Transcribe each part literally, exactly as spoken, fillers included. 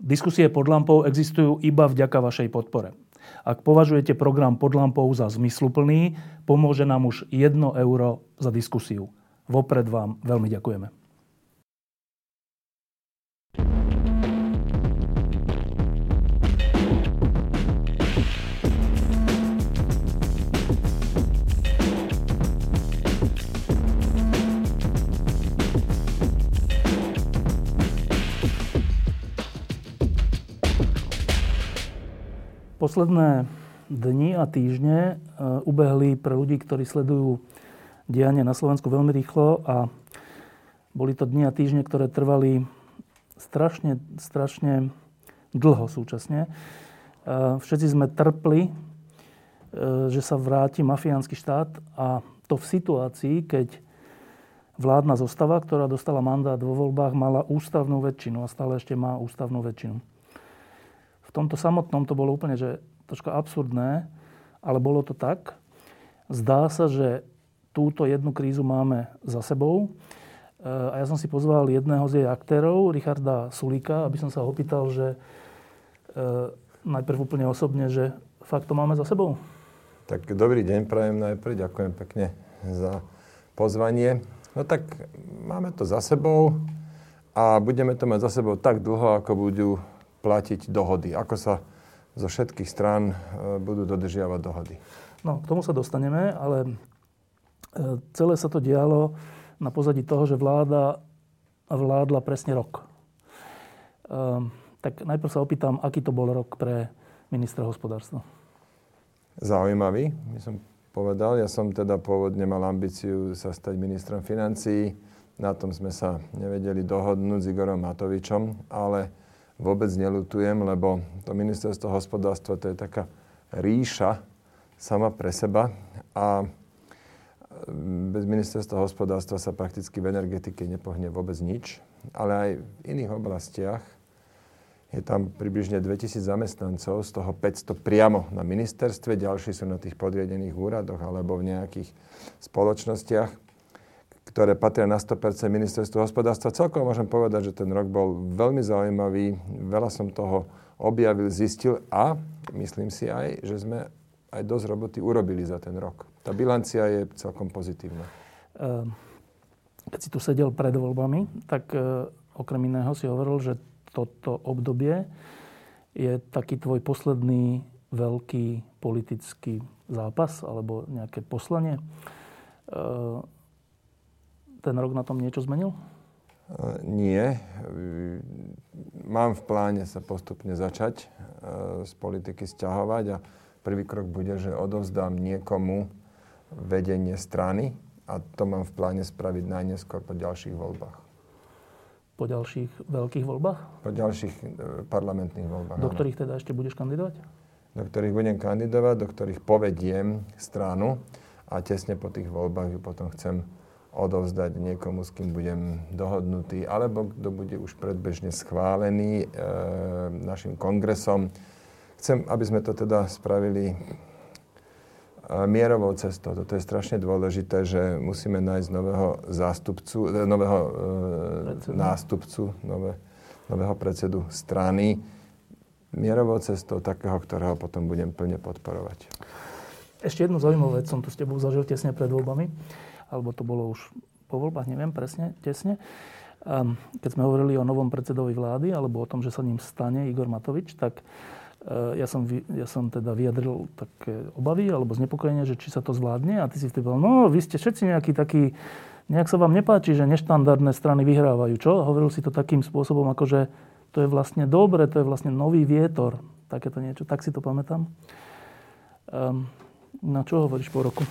Diskusie pod lampou existujú iba vďaka vašej podpore. Ak považujete program Pod lampou za zmysluplný, pomôže nám už jedno euro za diskusiu. Vopred vám veľmi ďakujeme. Posledné dni a týždne ubehli pre ľudí, ktorí sledujú dianie na Slovensku veľmi rýchlo a boli to dni a týždne, ktoré trvali strašne, strašne dlho súčasne. Všetci sme trpli, že sa vráti mafiánsky štát a to v situácii, keď vládna zostava, ktorá dostala mandát vo voľbách, mala ústavnú väčšinu a stále ešte má ústavnú väčšinu. V tomto samotnom to bolo úplne, že troška absurdné, ale bolo to tak. Zdá sa, že túto jednu krízu máme za sebou. A ja som si pozval jedného z jej aktérov, Richarda Sulíka, aby som sa ho opýtal, že e, najprv úplne osobne, že fakt to máme za sebou. Tak dobrý deň prajem najprv. Ďakujem pekne za pozvanie. No tak máme to za sebou a budeme to mať za sebou tak dlho, ako budú platiť dohody. Ako sa zo všetkých strán budú dodržiavať dohody. No, k tomu sa dostaneme, ale celé sa to dialo na pozadí toho, že vláda vládla presne rok. Ehm, tak najprv sa opýtam, aký to bol rok pre ministra hospodárstva? Zaujímavý, by som povedal. Ja som teda pôvodne mal ambíciu sa stať ministrom financií. Na tom sme sa nevedeli dohodnúť s Igorom Matovičom, ale vôbec neľutujem, lebo to ministerstvo hospodárstva to je taká ríša sama pre seba a bez ministerstva hospodárstva sa prakticky v energetike nepohne vôbec nič, ale aj v iných oblastiach je tam približne dvetisíc zamestnancov, z toho päťsto priamo na ministerstve, ďalší sú na tých podriadených úradoch alebo v nejakých spoločnostiach, ktoré patria na sto percent ministerstvu hospodárstva. Celkovo môžem povedať, že ten rok bol veľmi zaujímavý. Veľa som toho objavil, zistil a myslím si aj, že sme aj dosť roboty urobili za ten rok. Tá bilancia je celkom pozitívna. Keď si tu sedel pred voľbami, tak okrem iného si hovoril, že toto obdobie je taký tvoj posledný veľký politický zápas alebo nejaké poslanie. Ten rok na tom niečo zmenil? Nie. Mám v pláne sa postupne začať z politiky sťahovať a prvý krok bude, že odovzdám niekomu vedenie strany a to mám v pláne spraviť najneskôr po ďalších voľbách. Po ďalších veľkých voľbách? Po ďalších parlamentných voľbách. Do ktorých teda ešte budeš kandidovať? Do ktorých budem kandidovať, do ktorých povediem stranu a tesne po tých voľbách ju potom chcem odovzdať niekomu, s kým budem dohodnutý, alebo kto bude už predbežne schválený e, našim kongresom. Chcem, aby sme to teda spravili e, mierovou cestou. Toto je strašne dôležité, že musíme nájsť nového zástupcu, e, nového e, nástupcu, nové, nového predsedu strany. Mierovou cestou takého, ktorého potom budem plne podporovať. Ešte jednu zaujímavú vec som tu s tebou zažil tesne pred voľbami. Alebo to bolo už po voľbách, neviem presne, tesne. Keď sme hovorili o novom predsedovi vlády, alebo o tom, že sa ním stane Igor Matovič, tak ja som, ja som teda vyjadril také obavy alebo znepokojenie, že či sa to zvládne. A ty si vtedy povedal, no vy ste všetci nejaký taký, nejak sa vám nepáči, že neštandardné strany vyhrávajú, čo? Hovoril si to takým spôsobom, ako že to je vlastne dobre, to je vlastne nový vietor. Takéto niečo, tak si to pamätám. Um, na čo hovoríš po roku?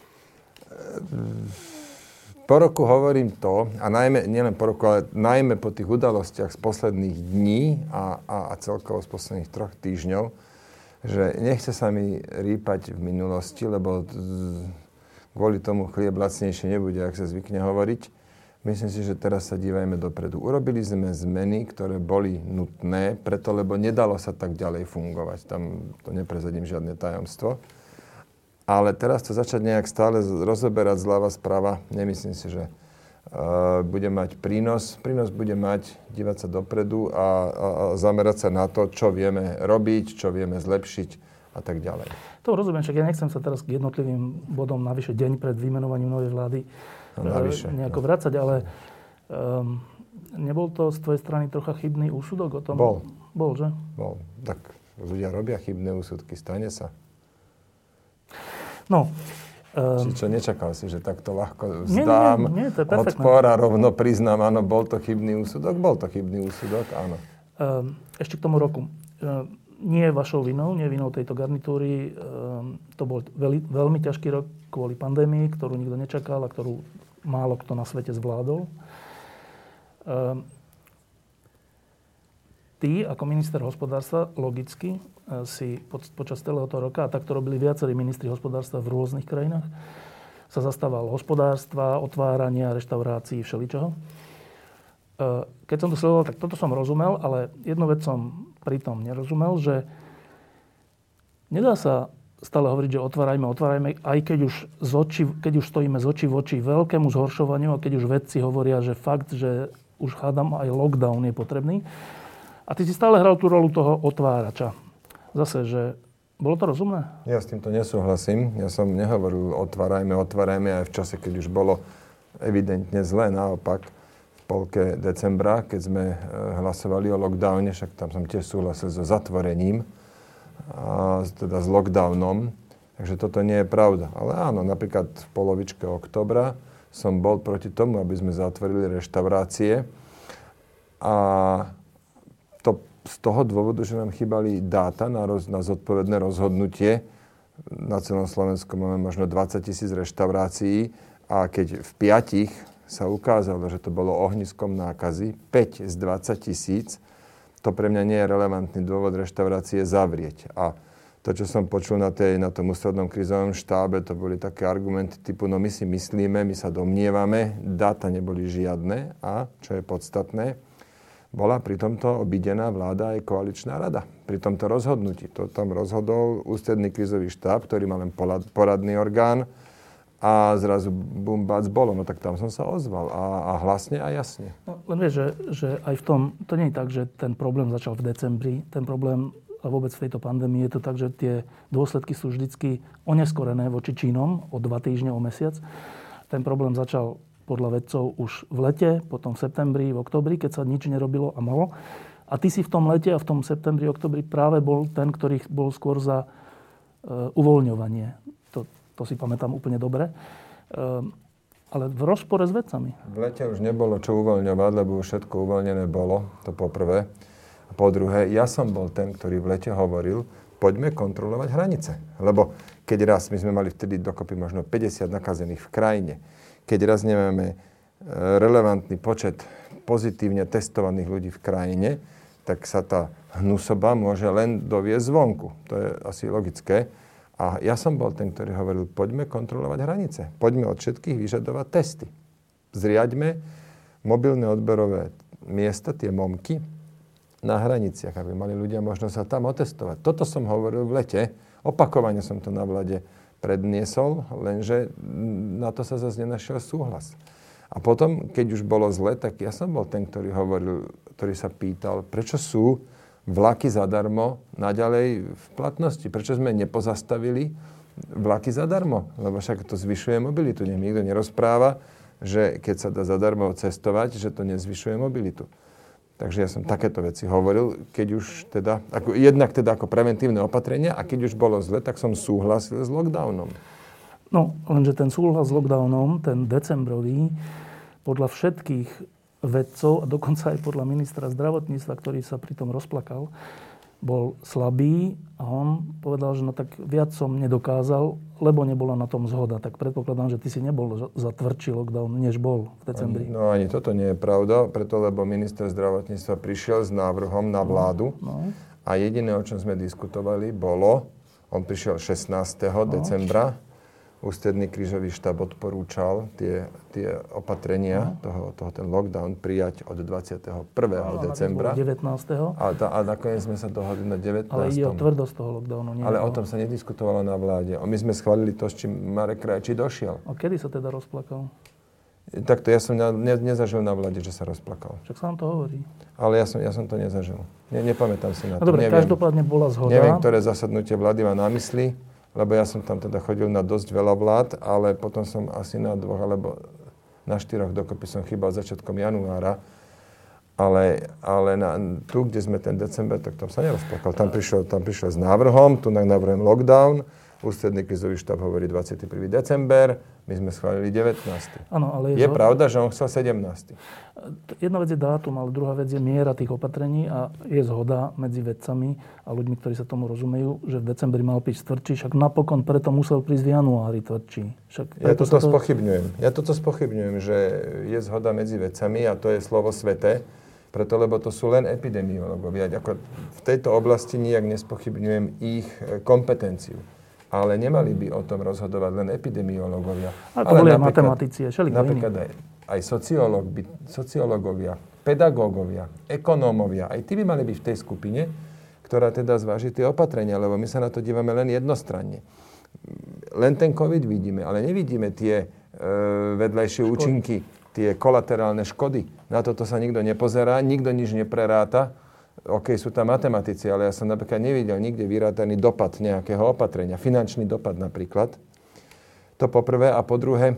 Po roku hovorím to, a najmä, nielen po roku, ale najmä po tých udalostiach z posledných dní a, a, a celkovo z posledných troch týždňov, že nechce sa mi rýpať v minulosti, lebo kvôli tomu chlieb lacnejšie nebude, ak sa zvykne hovoriť. Myslím si, že teraz sa dívajme dopredu. Urobili sme zmeny, ktoré boli nutné, preto, lebo nedalo sa tak ďalej fungovať. Tam to neprezadím žiadne tajomstvo. Ale teraz to začať nejak stále rozoberať zľava sprava, nemyslím si, že bude mať prínos. Prínos bude mať dívať sa dopredu a, a, a zamerať sa na to, čo vieme robiť, čo vieme zlepšiť a tak ďalej. To rozumiem, však ja nechcem sa teraz k jednotlivým bodom navyše deň pred vymenovaním novej vlády no, navyše, nejako no. vracať, ale um, nebol to z tvojej strany trocha chybný úsudok o tom? Bol. Bol, že? Bol. Tak ľudia robia chybné úsudky, stane sa. No. Um, Či čo, nečakal si, že takto ľahko vzdám nie, nie, nie, to je odpor a rovno priznám, áno, bol to chybný úsudok? Bol to chybný úsudok, áno. Um, ešte k tomu roku. Um, nie je vašou vinou, nie je vinou tejto garnitúry. Um, to bol veľmi, veľmi ťažký rok kvôli pandémii, ktorú nikto nečakal a ktorú málo kto na svete zvládol. Um, ty, ako minister hospodárstva, logicky si po, počas celého toho roka, a takto robili viacerí ministri hospodárstva v rôznych krajinách, sa zastával hospodárstva, otvárania, reštaurácií, všeličoho. Keď som to sledoval, tak toto som rozumel, ale jednu vec som pritom nerozumel, že nedá sa stále hovoriť, že otvárajme, otvárajme, aj keď už, z oči, keď už stojíme z očí v oči veľkému zhoršovaniu a keď už vedci hovoria, že fakt, že už hádam aj lockdown je potrebný. A ty si stále hral tú rolu toho otvárača. Zase, že bolo to rozumné? Ja s týmto nesúhlasím. Ja som nehovoril otvárajme, otvárajme aj v čase, keď už bolo evidentne zle. Naopak, v polke decembra, keď sme hlasovali o lockdowne, však tam som tiež súhlasil so zatvorením, a teda s lockdownom. Takže toto nie je pravda. Ale áno, napríklad v polovičke októbra som bol proti tomu, aby sme zatvorili reštaurácie. A to z toho dôvodu, že nám chýbali dáta na, roz, na zodpovedné rozhodnutie. Na celom Slovensku máme možno dvadsať tisíc reštaurácií a keď v piatich sa ukázalo, že to bolo ohniskom nákazy, päť z dvadsať tisíc, to pre mňa nie je relevantný dôvod reštaurácie zavrieť. A to, čo som počul na, tej, na tom ústrednom krízovom štábe, to boli také argumenty typu, no my si myslíme, my sa domnievame, dáta neboli žiadne a, čo je podstatné, bola pri tomto obidená vláda aj koaličná rada. Pri tomto rozhodnutí. To tam rozhodol ústredný krízový štáb, ktorý má len poradný orgán a zrazu bum, bác, bolo. No tak tam som sa ozval a, a hlasne a jasne. No, len vieš, že, že aj v tom, to nie je tak, že ten problém začal v decembri. Ten problém a vôbec v tejto pandémii je to tak, že tie dôsledky sú vždycky oneskorené voči Čínom o dva týždne, o mesiac. Ten problém začal podľa vedcov už v lete, potom v septembri, v októbri, keď sa nič nerobilo a malo. A ty si v tom lete a v tom septembri, oktobri práve bol ten, ktorý bol skôr za e, uvoľňovanie. To, to si pamätám úplne dobre. E, ale v rozpore s vedcami. V lete už nebolo čo uvoľňovať, lebo už všetko uvoľnené bolo, to po prvé. A po druhé, ja som bol ten, ktorý v lete hovoril, poďme kontrolovať hranice. Lebo keď raz, my sme mali vtedy dokopy možno päťdesiat nakazených v krajine, keď raz nemáme relevantný počet pozitívne testovaných ľudí v krajine, tak sa tá hnusoba môže len doviesť zvonku. To je asi logické. A ja som bol ten, ktorý hovoril, poďme kontrolovať hranice. Poďme od všetkých vyžadovať testy. Zriaďme mobilné odberové miesta, tie momky, na hraniciach, aby mali ľudia možnosť sa tam otestovať. Toto som hovoril v lete. Opakovane som to na vláde predniesol, lenže na to sa zase nenašiel súhlas. A potom, keď už bolo zle, tak ja som bol ten, ktorý hovoril, ktorý sa pýtal, prečo sú vlaky zadarmo naďalej v platnosti? Prečo sme nepozastavili vlaky zadarmo? Lebo však to zvyšuje mobilitu. Nech nikto nerozpráva, že keď sa dá zadarmo cestovať, že to nezvyšuje mobilitu. Takže ja som takéto veci hovoril, keď už teda, ako, jednak teda ako preventívne opatrenia a keď už bolo zle, tak som súhlasil s lockdownom. No, lenže ten súhlas s lockdownom, ten decembrový, podľa všetkých vedcov a dokonca aj podľa ministra zdravotníctva, ktorý sa pri tom rozplakal, bol slabý a on povedal, že no tak viac som nedokázal, lebo nebola na tom zhoda. Tak predpokladám, že ty si nebol za tvrdší lockdown, než bol v decembri. Ani, no ani toto nie je pravda, preto lebo minister zdravotníctva prišiel s návrhom na vládu no, no. a jediné, o čom sme diskutovali, bolo, on prišiel šestnásteho No. decembra, ústredný krížový štáb odporúčal tie, tie opatrenia, no. toho, toho, ten lockdown prijať od dvadsiateho prvého decembra. devätnásteho A, ta, a nakoniec sme sa dohodli na devätnástom Ale ide o tvrdosť toho lockdownu. Nie Ale o o tom sa nediskutovalo na vláde. My sme schválili to, s čím Marek Krajčí došiel. A kedy sa teda rozplakal? Takto, ja som ne, nezažil na vláde, že sa rozplakal. Však sa vám to hovorí. Ale ja som, ja som to nezažil. Ne, nepamätám si na to. No dobre, neviem, každopádne bola zhoda. Neviem, ktoré zasadnutie vlády má na mysli, lebo ja som tam teda chodil na dosť veľa vlád, ale potom som asi na dvoch, alebo na štyroch dokopy som chýbal začiatkom januára. Ale, ale na, tu, kde sme ten december, tak tam sa nerozplakal. Tam prišiel, tam prišiel s návrhom, tu navrhujem lockdown. Ústredný krízový štáb hovorí dvadsiateho prvého december, my sme schválili devätnásteho Áno, ale je, je pravda, že on chcel sedemnásteho Jedna vec je dátum, ale druhá vec je miera tých opatrení a je zhoda medzi vedcami a ľuďmi, ktorí sa tomu rozumejú, že v decembri mal byť tvrdší, však napokon preto musel prísť v januári tvrdší. Však ja toto to... spochybňujem. Ja toto spochybňujem, že je zhoda medzi vedcami a to je slovo sveté, preto lebo to sú len epidemiológovia. Ako v tejto oblasti nijak nespochybňujem ich kompetenciu. Ale nemali by o tom rozhodovať len epidemiológovia. A to boli aj matematici. Napríklad aj, aj sociológ by, sociológovia, pedagógovia, ekonómovia. Aj tí by mali byť v tej skupine, ktorá teda zváži tie opatrenia, lebo my sa na to dívame len jednostranne. Len ten COVID vidíme, ale nevidíme tie e, vedľajšie škody. účinky, tie kolaterálne škody. Na toto sa nikto nepozerá, nikto nič nepreráta. OK, sú tam matematici, ale ja som napríklad nevidel nikde vyrátaný dopad nejakého opatrenia. Finančný dopad napríklad. To po prvé. A po druhé,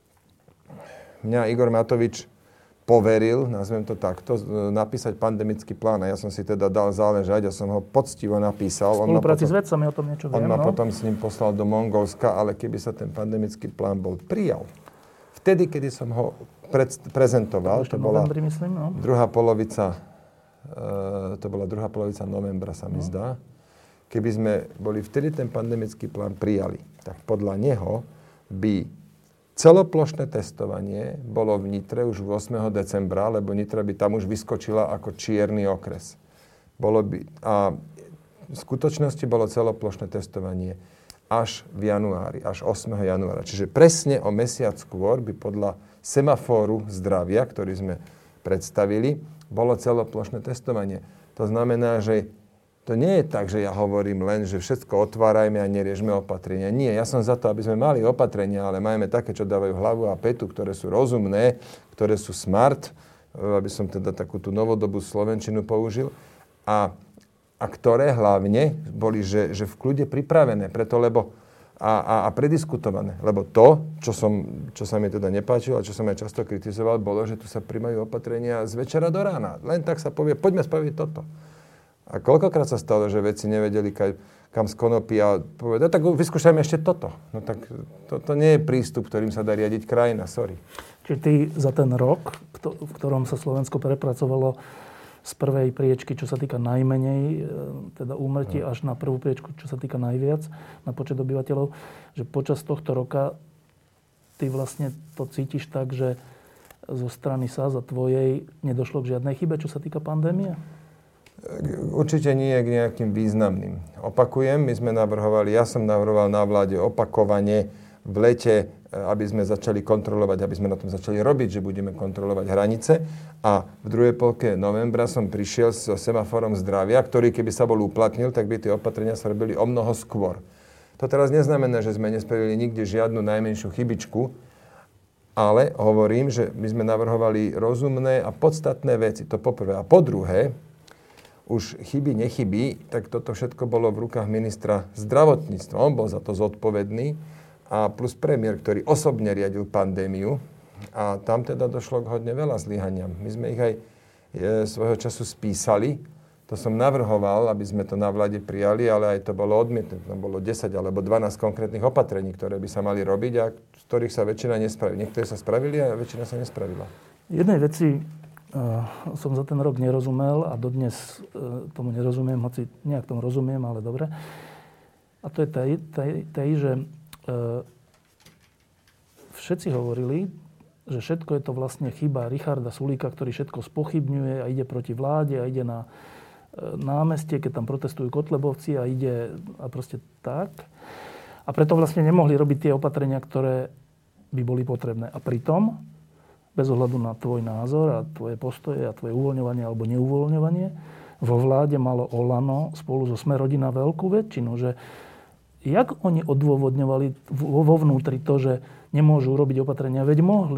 mňa Igor Matovič poveril, nazvem to takto, napísať pandemický plán. A ja som si teda dal záležať a som ho poctivo napísal. V spolupráci s vedcami o tom niečo viem. On ma no? potom s ním poslal do Mongolska, ale keby sa ten pandemický plán bol prijal, vtedy, kedy som ho pred, prezentoval, to, to bola novembri, myslím, no? druhá polovica Uh, to bola druhá polovica novembra, sa mi no. zdá. Keby sme boli vtedy ten pandemický plán prijali, tak podľa neho by celoplošné testovanie bolo v Nitre už ôsmeho decembra, lebo Nitra by tam už vyskočila ako čierny okres. Bolo by, a v skutočnosti bolo celoplošné testovanie až v januári, až ôsmeho januára. Čiže presne o mesiac skôr by podľa semafóru zdravia, ktorý sme predstavili, bolo celoplošné testovanie. To znamená, že to nie je tak, že ja hovorím len, že všetko otvárajme a neriešme opatrenia. Nie, ja som za to, aby sme mali opatrenia, ale máme také, čo dávajú hlavu a petu, ktoré sú rozumné, ktoré sú smart, aby som teda takú tú novodobú slovenčinu použil, a, a ktoré hlavne boli, že, že v kľude pripravené, preto lebo A, a, a prediskutované. Lebo to, čo, som, čo sa mi teda nepáčilo a čo som aj často kritizoval, bolo, že tu sa prijímajú opatrenia z večera do rána. Len tak sa povie, poďme spraviť toto. A koľkokrát sa stalo, že vedci nevedeli, kaj, kam z konopy a povedali, tak vyskúšajme ešte toto. No tak toto nie je prístup, ktorým sa dá riadiť krajina, sorry. Čiže ty za ten rok, v ktorom sa Slovensko prepracovalo z prvej priečky, čo sa týka najmenej, teda úmrtí, no. až na prvú priečku, čo sa týka najviac, na počet obyvateľov, že počas tohto roka ty vlastne to cítiš tak, že zo strany es á es a tvojej nedošlo k žiadnej chybe, čo sa týka pandémie? Určite nie k nejakým významným. Opakujem, my sme navrhovali, ja som navrhoval na vláde opakovane v lete, aby sme začali kontrolovať, aby sme na tom začali robiť, že budeme kontrolovať hranice. A v druhej polke novembra som prišiel so semaforom zdravia, ktorý keby sa bol uplatnil, tak by tie opatrenia sa robili o mnoho skôr. To teraz neznamená, že sme nespravili nikde žiadnu najmenšiu chybičku, ale hovorím, že my sme navrhovali rozumné a podstatné veci. To poprvé. A po druhé, už chyby, nechyby, tak toto všetko bolo v rukách ministra zdravotníctva. On bol za to zodpovedný. A plus premiér, ktorý osobne riadil pandémiu. A tam teda došlo k hodne veľa zlyhaniam. My sme ich aj e, svojho času spísali. To som navrhoval, aby sme to na vláde prijali, ale aj to bolo odmietnuté. Tam bolo desať alebo dvanásť konkrétnych opatrení, ktoré by sa mali robiť a z ktorých sa väčšina nespravila. Niektoré sa spravili a väčšina sa nespravila. Jednej veci uh, som za ten rok nerozumel a dodnes uh, tomu nerozumiem, hoci nejak tomu rozumiem, ale dobre. A to je tej, tej, tej že uh, všetci hovorili, že všetko je to vlastne chyba Richarda Sulíka, ktorý všetko spochybňuje a ide proti vláde a ide na námestie, keď tam protestujú Kotlebovci a ide a proste tak. A preto vlastne nemohli robiť tie opatrenia, ktoré by boli potrebné. A pritom, bez ohľadu na tvoj názor a tvoje postoje a tvoje uvoľňovanie alebo neuvoľňovanie, vo vláde malo Olano spolu so Sme rodina veľkú väčšinu, že jak oni odôvodňovali vo vnútri to, že nemôžu robiť opatrenia, veď mohli.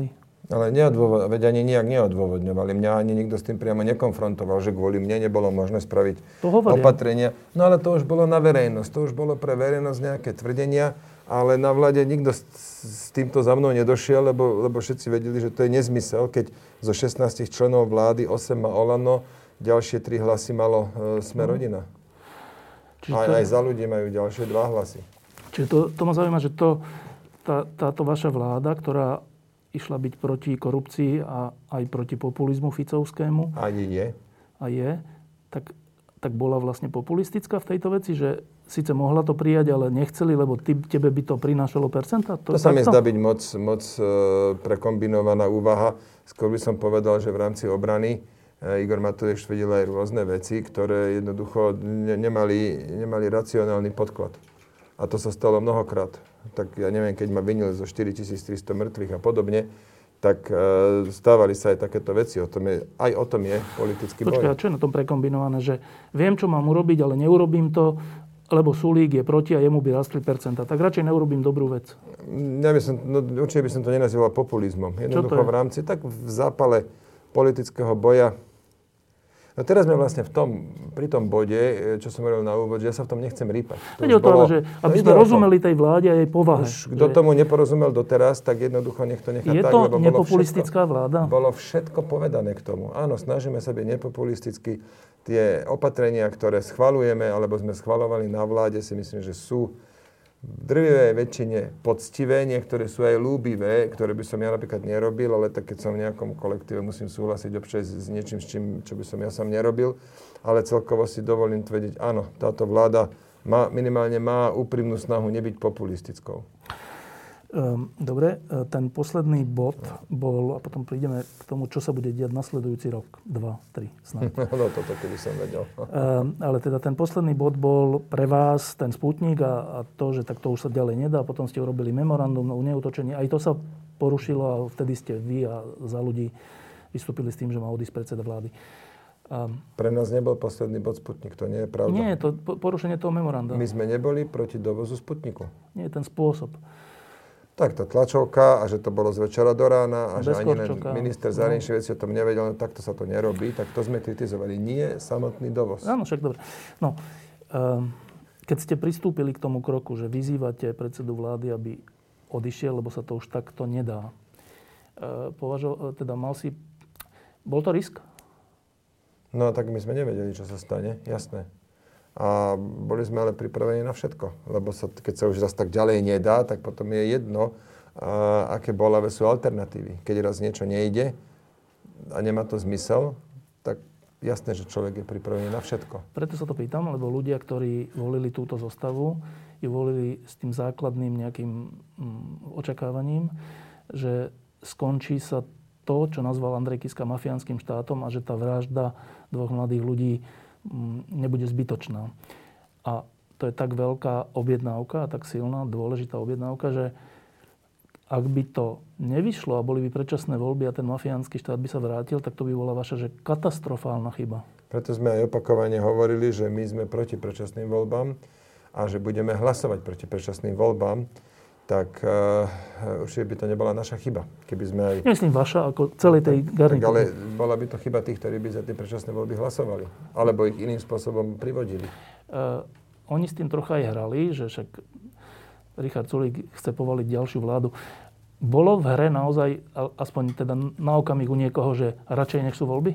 Ale neodôvod, veď ani nijak neodôvodňovali. Mňa ani nikto s tým priamo nekonfrontoval, že kvôli mne nebolo možné spraviť opatrenia. No ale to už bolo na verejnosť. To už bolo pre verejnosť nejaké tvrdenia, ale na vláde nikto s, s týmto za mnou nedošiel, lebo, lebo všetci vedeli, že to je nezmysel, keď zo šestnástich členov vlády osem má Olano, ďalšie tri hlasy malo e, Sme rodina. Čiže aj, to... aj Za ľudí majú ďalšie dva hlasy. Čiže to, to ma zaujíma, že to, tá, táto vaša vláda, ktorá išla byť proti korupcii a aj proti populizmu ficovskému. A je. A je. Tak, tak bola vlastne populistická v tejto veci, že síce mohla to prijať, ale nechceli, lebo ty, tebe by to prinášalo percentá? To, to sa mi zdá byť moc, moc e, prekombinovaná úvaha. Skôr by som povedal, že v rámci obrany e, Igor Matovič tvrdil aj rôzne veci, ktoré jednoducho ne, nemali, nemali racionálny podklad. A to sa stalo mnohokrát. Tak ja neviem, keď ma vinili zo štyritisíctristo mŕtvych a podobne, tak e, stávali sa aj takéto veci. O tom je, aj o tom je politický boj. Počkaj, a čo je na tom prekombinované? Že viem, čo mám urobiť, ale neurobím to, lebo Sulík je proti a jemu by rastli percentá. Tak radšej neurobím dobrú vec. Ja by som, no, určite by som to nenazýval populizmom. Jednoducho v rámci, tak v zápale politického boja. No teraz sme vlastne v tom, pri tom bode, čo som hovoril na úvod, že ja sa v tom nechcem rýpať. To Ide o to, ale že aby sme rozumeli tej vláde a jej povahe. Už kto že... tomu neporozumel doteraz, tak jednoducho nech to nechá tak. Je to lebo nepopulistická bolo všetko, vláda? Bolo všetko povedané k tomu. Áno, snažíme sa byť nepopulisticky. Tie opatrenia, ktoré schvaľujeme, alebo sme schvaľovali na vláde, si myslím, že sú v drvivej väčšine poctivé, niektoré sú aj ľúbivé, ktoré by som ja napríklad nerobil, ale tak keď som v nejakom kolektíve, musím súhlasiť občas s niečím, s čím, čo by som ja sám nerobil. Ale celkovo si dovolím tvrdiť, áno, táto vláda má, minimálne má úprimnú snahu nebyť populistickou. Dobre, ten posledný bod bol, a potom prídeme k tomu, čo sa bude diať nasledujúci rok, dva, tri, snáď. No toto, keby som vedel. Ale teda ten posledný bod bol pre vás ten Sputnik a, a to, že tak to už sa ďalej nedá. Potom ste urobili memorandum o neútočení. Aj to sa porušilo a vtedy ste vy a Za ľudí vystúpili s tým, že má odísť predseda vlády. A... Pre nás nebol posledný bod Sputnik, to nie je pravda. Nie, to porušenie toho memoranda. My sme neboli proti dovozu Sputniku. Nie, ten spôsob. Tak tá tlačovka a že to bolo z večera do rána a Bez že ani len Korčoka. minister zahraničných vecí o tom nevedel, no takto sa to nerobí, tak to sme kritizovali. Nie samotný dovoz. Áno, však dobre. No, um, keď ste pristúpili k tomu kroku, že vyzývate predsedu vlády, aby odišiel, lebo sa to už takto nedá, uh, považo, teda mal si... Bol to risk? No tak my sme nevedeli, čo sa stane, jasné. A boli sme ale pripravení na všetko. Lebo sa, keď sa už raz tak ďalej nedá, tak potom je jedno, a, aké bolavé sú alternatívy. Keď raz niečo nejde a nemá to zmysel, tak jasné, že človek je pripravený na všetko. Preto sa to pýtam, lebo ľudia, ktorí volili túto zostavu, ju volili s tým základným nejakým mm, očakávaním, že skončí sa to, čo nazval Andrej Kiska mafiánskym štátom a že tá vražda dvoch mladých ľudí nebude zbytočná. A to je tak veľká objednávka, tak silná, dôležitá objednávka, že ak by to nevyšlo a boli by predčasné voľby a ten mafiánsky štát by sa vrátil, tak to by bola vaša že katastrofálna chyba. Preto sme aj opakovane hovorili, že my sme proti predčasným voľbám a že budeme hlasovať proti predčasným voľbám, tak uh, určite by to nebola naša chyba. Keby sme aj... Nemyslím vaša, ako celej tej garnitúry. Ale bola by to chyba tých, ktorí by za tie predčasné voľby hlasovali. Alebo ich iným spôsobom privodili. Uh, oni s tým trocha aj hrali, že však Richard Sulík chce povaliť ďalšiu vládu. Bolo v hre naozaj, aspoň teda na okamih u niekoho, že radšej nech sú voľby?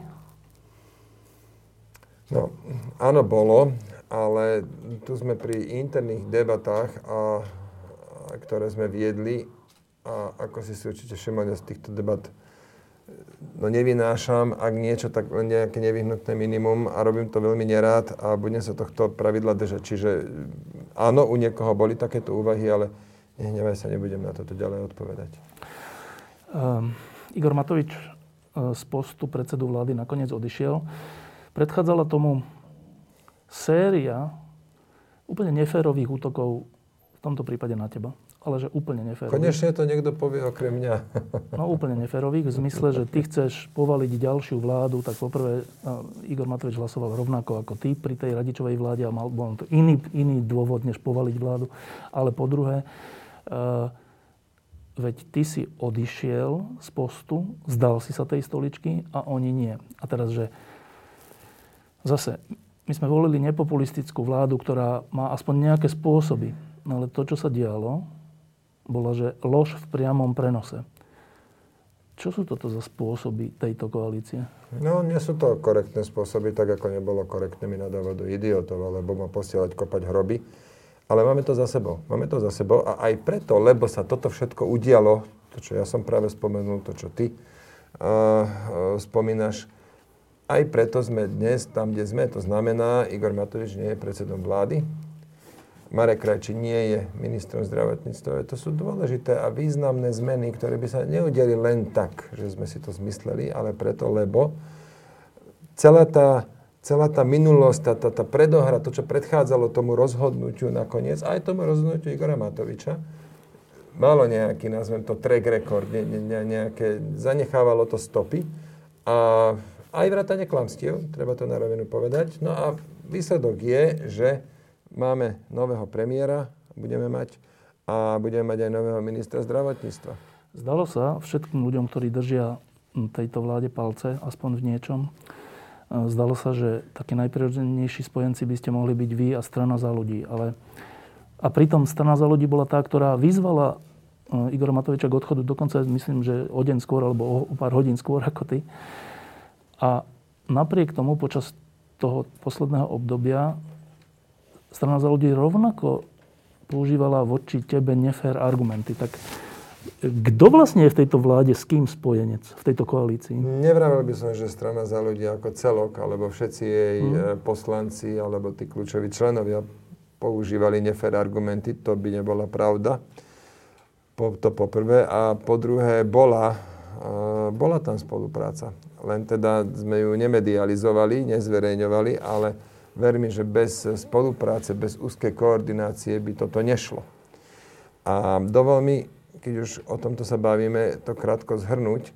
No, áno, bolo, ale tu sme pri interných debatách a ktoré sme viedli a ako si si určite všimli z týchto debat, no nevynášam, ak niečo, tak len nejaké nevyhnutné minimum a robím to veľmi nerád a budem sa tohto pravidla držať. Čiže áno, u niekoho boli takéto úvahy, ale nehnevaj sa, nebudem na toto ďalej odpovedať. Um, Igor Matovič uh, z postu predsedu vlády nakoniec odišiel. Predchádzala tomu séria úplne neférových útokov, v tomto prípade na teba, ale že úplne neférových. Konečne to niekto povie okrem mňa. No úplne neférových, v zmysle, že ty chceš povaliť ďalšiu vládu, tak poprvé Igor Matovič hlasoval rovnako ako ty pri tej Radičovej vláde a mal bol to iný, iný dôvod, než povaliť vládu. Ale po druhé, veď ty si odišiel z postu, zdal si sa tej stoličky a oni nie. A teraz, že zase, my sme volili nepopulistickú vládu, ktorá má aspoň nejaké spôsoby. Ale to, čo sa dialo, bola, že lož v priamom prenose. Čo sú toto za spôsoby tejto koalície? No, nie sú to korektné spôsoby, tak ako nebolo korektné mi nadávať do idiotov, alebo ma posielať kopať hroby. Ale máme to za sebou. Máme to za sebou a aj preto, lebo sa toto všetko udialo, to, čo ja som práve spomenul, to, čo ty uh, uh, spomínaš, aj preto sme dnes tam, kde sme. To znamená, Igor Matovič nie je predsedom vlády, Marek Krajčí nie je ministrom zdravotníctva. To sú dôležité a významné zmeny, ktoré by sa neudiali len tak, že sme si to zmysleli, ale preto, lebo celá tá, celá tá minulosť, tá, tá, tá predohra, to, čo predchádzalo tomu rozhodnutiu nakoniec, aj tomu rozhodnutiu Igora Matoviča, malo nejaký, nazvem to, track record, ne, ne, nejaké, zanechávalo to stopy a aj vrátane klamstiev, treba to na rovinu povedať. No a výsledok je, že máme nového premiéra, budeme mať, a budeme mať aj nového ministra zdravotníctva. Zdalo sa všetkým ľuďom, ktorí držia tejto vláde palce, aspoň v niečom, zdalo sa, že takí najprirodzenejší spojenci by ste mohli byť vy a Strana za ľudí. Ale, a pritom Strana za ľudí bola tá, ktorá vyzvala Igora Matoviča k odchodu, dokonca myslím, že o deň skôr, alebo o pár hodín skôr ako ty. A napriek tomu počas toho posledného obdobia Strana za ľudí rovnako používala voči tebe nefér argumenty. Tak kto vlastne je v tejto vláde s kým spojenec, v tejto koalícii? Nevravil by som, že Strana za ľudí ako celok, alebo všetci jej hmm. poslanci, alebo tí kľúčoví členovia používali nefér argumenty. To by nebola pravda. Po, to po prvé. A po druhé, bola, uh, bola tam spolupráca. Len teda sme ju nemedializovali, nezverejňovali, ale verím, že bez spolupráce, bez úzkej koordinácie by toto nešlo. A dovol mi, keď už o tomto sa bavíme, to krátko zhrnúť.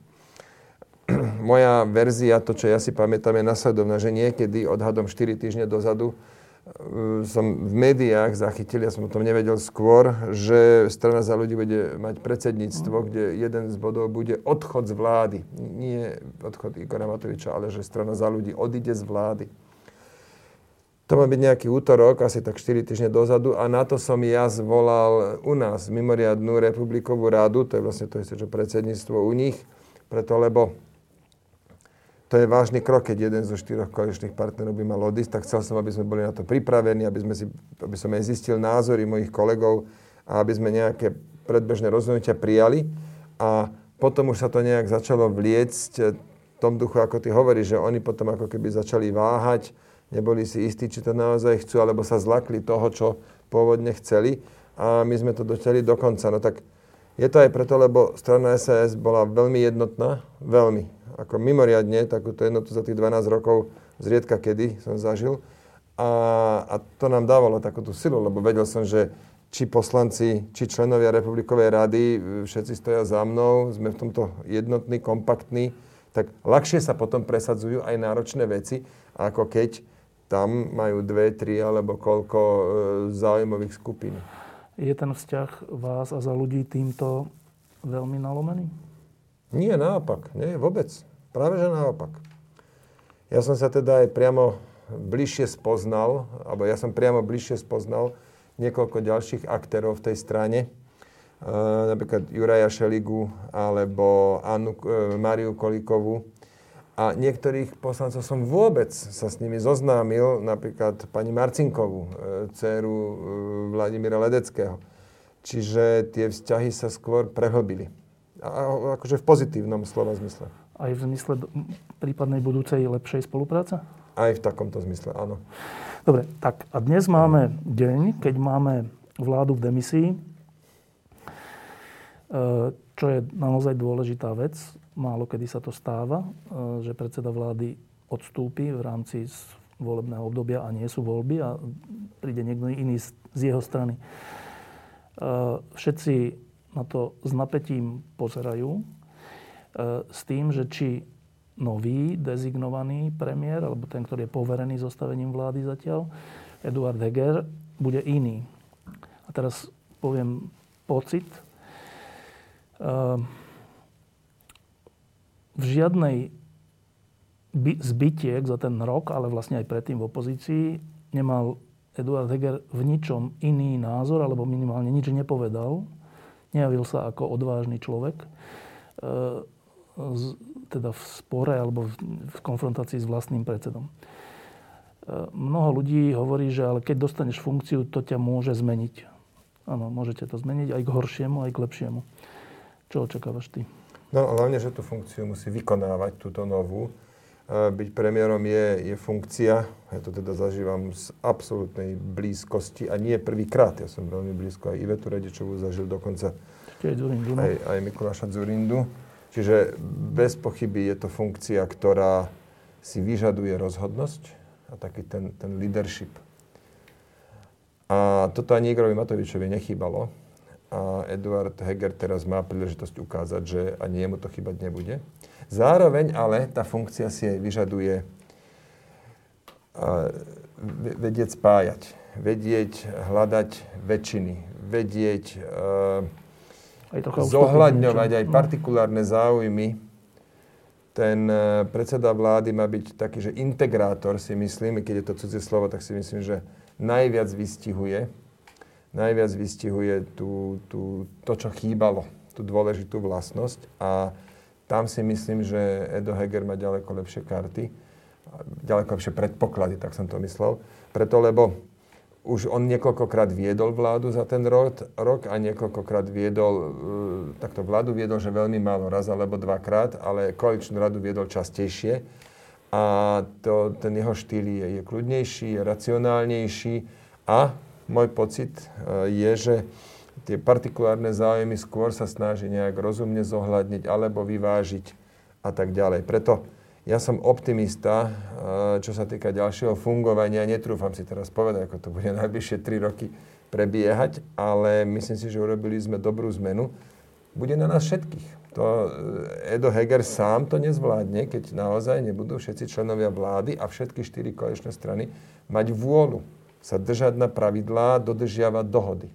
Moja verzia, to, čo ja si pamätám, je nasledovná, že niekedy odhadom štyri týždne dozadu som v médiách zachytil, ja som o tom nevedel skôr, že Strana za ľudí bude mať predsedníctvo, kde jeden z bodov bude odchod z vlády. Nie odchod Igora Matoviča, ale že Strana za ľudí odíde z vlády. To má byť nejaký útorok, asi tak štyri týždne dozadu a na to som ja zvolal u nás mimoriadnu republikovú rádu, to je vlastne to isté, čo predsedníctvo u nich, preto lebo to je vážny krok, keď jeden zo štyroch koaličných partnerov by mal odísť, tak chcel som, aby sme boli na to pripravení, aby, sme si, aby som aj zistil názory mojich kolegov a aby sme nejaké predbežné rozhodnutia prijali a potom už sa to nejak začalo vliecť v tom duchu, ako ty hovoríš, že oni potom ako keby začali váhať, neboli si istí, či to naozaj chcú, alebo sa zlakli toho, čo pôvodne chceli. A my sme to dotiahli do konca. No tak je to aj preto, lebo strana es a es bola veľmi jednotná. Veľmi. Ako mimoriadne, takúto jednotu za tých dvanásť rokov zriedka kedy som zažil. A, a to nám dávalo takúto silu, lebo vedel som, že či poslanci, či členovia Republikovej rady, všetci stoja za mnou, sme v tomto jednotní, kompaktní, tak ľahšie sa potom presadzujú aj náročné veci, ako keď tam majú dve, tri alebo koľko e, záujmových skupín. Je ten vzťah vás a za ľudí týmto veľmi nalomený? Nie, naopak. Nie, vôbec. Práve, že naopak. Ja som sa teda aj priamo bližšie spoznal, alebo ja som priamo bližšie spoznal niekoľko ďalších aktérov v tej strane. E, napríklad Juraja Šeligu alebo Annu, e, Máriu Kolíkovú. A niektorých poslancov som vôbec sa s nimi zoznámil, napríklad pani Marcinkovú, dcéru Vladimíra Ledeckého. Čiže tie vzťahy sa skôr prehlbili. A akože v pozitívnom slova zmysle. Aj v zmysle prípadnej budúcej lepšej spolupráce? Aj v takomto zmysle, áno. Dobre, tak a dnes máme deň, keď máme vládu v demisii, čo je naozaj dôležitá vec. Málo kedy sa to stáva, že predseda vlády odstúpi v rámci volebného obdobia a nie sú voľby a príde niekto iný z jeho strany. Všetci na to s napätím pozerajú s tým, že či nový dezignovaný premiér, alebo ten, ktorý je poverený zostavením vlády zatiaľ, Eduard Heger, bude iný. A teraz poviem pocit. v žiadnej zbytiek za ten rok, ale vlastne aj predtým v opozícii, nemal Eduard Heger v ničom iný názor, alebo minimálne nič nepovedal. Nejavil sa ako odvážny človek. Teda v spore alebo v konfrontácii s vlastným predsedom. Mnoho ľudí hovorí, že ale keď dostaneš funkciu, to ťa môže zmeniť. Áno, môžete to zmeniť aj k horšiemu, aj k lepšiemu. Čo očakávaš ty? No, hlavne, že tú funkciu musí vykonávať, túto novú. Byť premiérom je, je funkcia, ja to teda zažívam z absolútnej blízkosti a nie prvýkrát. Ja som veľmi blízko aj Ivetu Radičovú zažil, dokonca aj, Zurindu, no? aj, aj Mikuláša Dzurindu. Čiže bez pochyby je to funkcia, ktorá si vyžaduje rozhodnosť a taký ten, ten leadership. A toto ani Igorovi Matovičovi nechýbalo. A Eduard Heger teraz má príležitosť ukázať, že ani jemu to chýbať nebude. Zároveň ale tá funkcia si aj vyžaduje vedieť spájať, vedieť hľadať väčšiny, vedieť aj zohľadňovať aj partikulárne záujmy. Ten predseda vlády má byť taký, že integrátor, si myslím, keď je to cudzie slovo, tak si myslím, že najviac vystihuje, najviac vystihuje tú, tú, to, čo chýbalo, tú dôležitú vlastnosť. A tam si myslím, že Edo Heger má ďaleko lepšie karty, ďaleko lepšie predpoklady, tak som to myslel. Preto, lebo už on niekoľkokrát viedol vládu za ten rok, rok a niekoľkokrát viedol, takto vládu viedol, že veľmi málo, raz alebo dvakrát, ale koaličnú radu viedol častejšie. A to, ten jeho štýl je, je kľudnejší, je racionálnejší a môj pocit je, že tie partikulárne záujmy skôr sa snaží nejak rozumne zohľadniť alebo vyvážiť a tak ďalej. Preto ja som optimista, čo sa týka ďalšieho fungovania. Netrúfam si teraz povedať, ako to bude najbližšie tri roky prebiehať, ale myslím si, že urobili sme dobrú zmenu. Bude na nás všetkých. To Edo Heger sám to nezvládne, keď naozaj nebudú všetci členovia vlády a všetky štyri koaličné strany mať vôľu sa držať na pravidlá, dodržiavať dohody.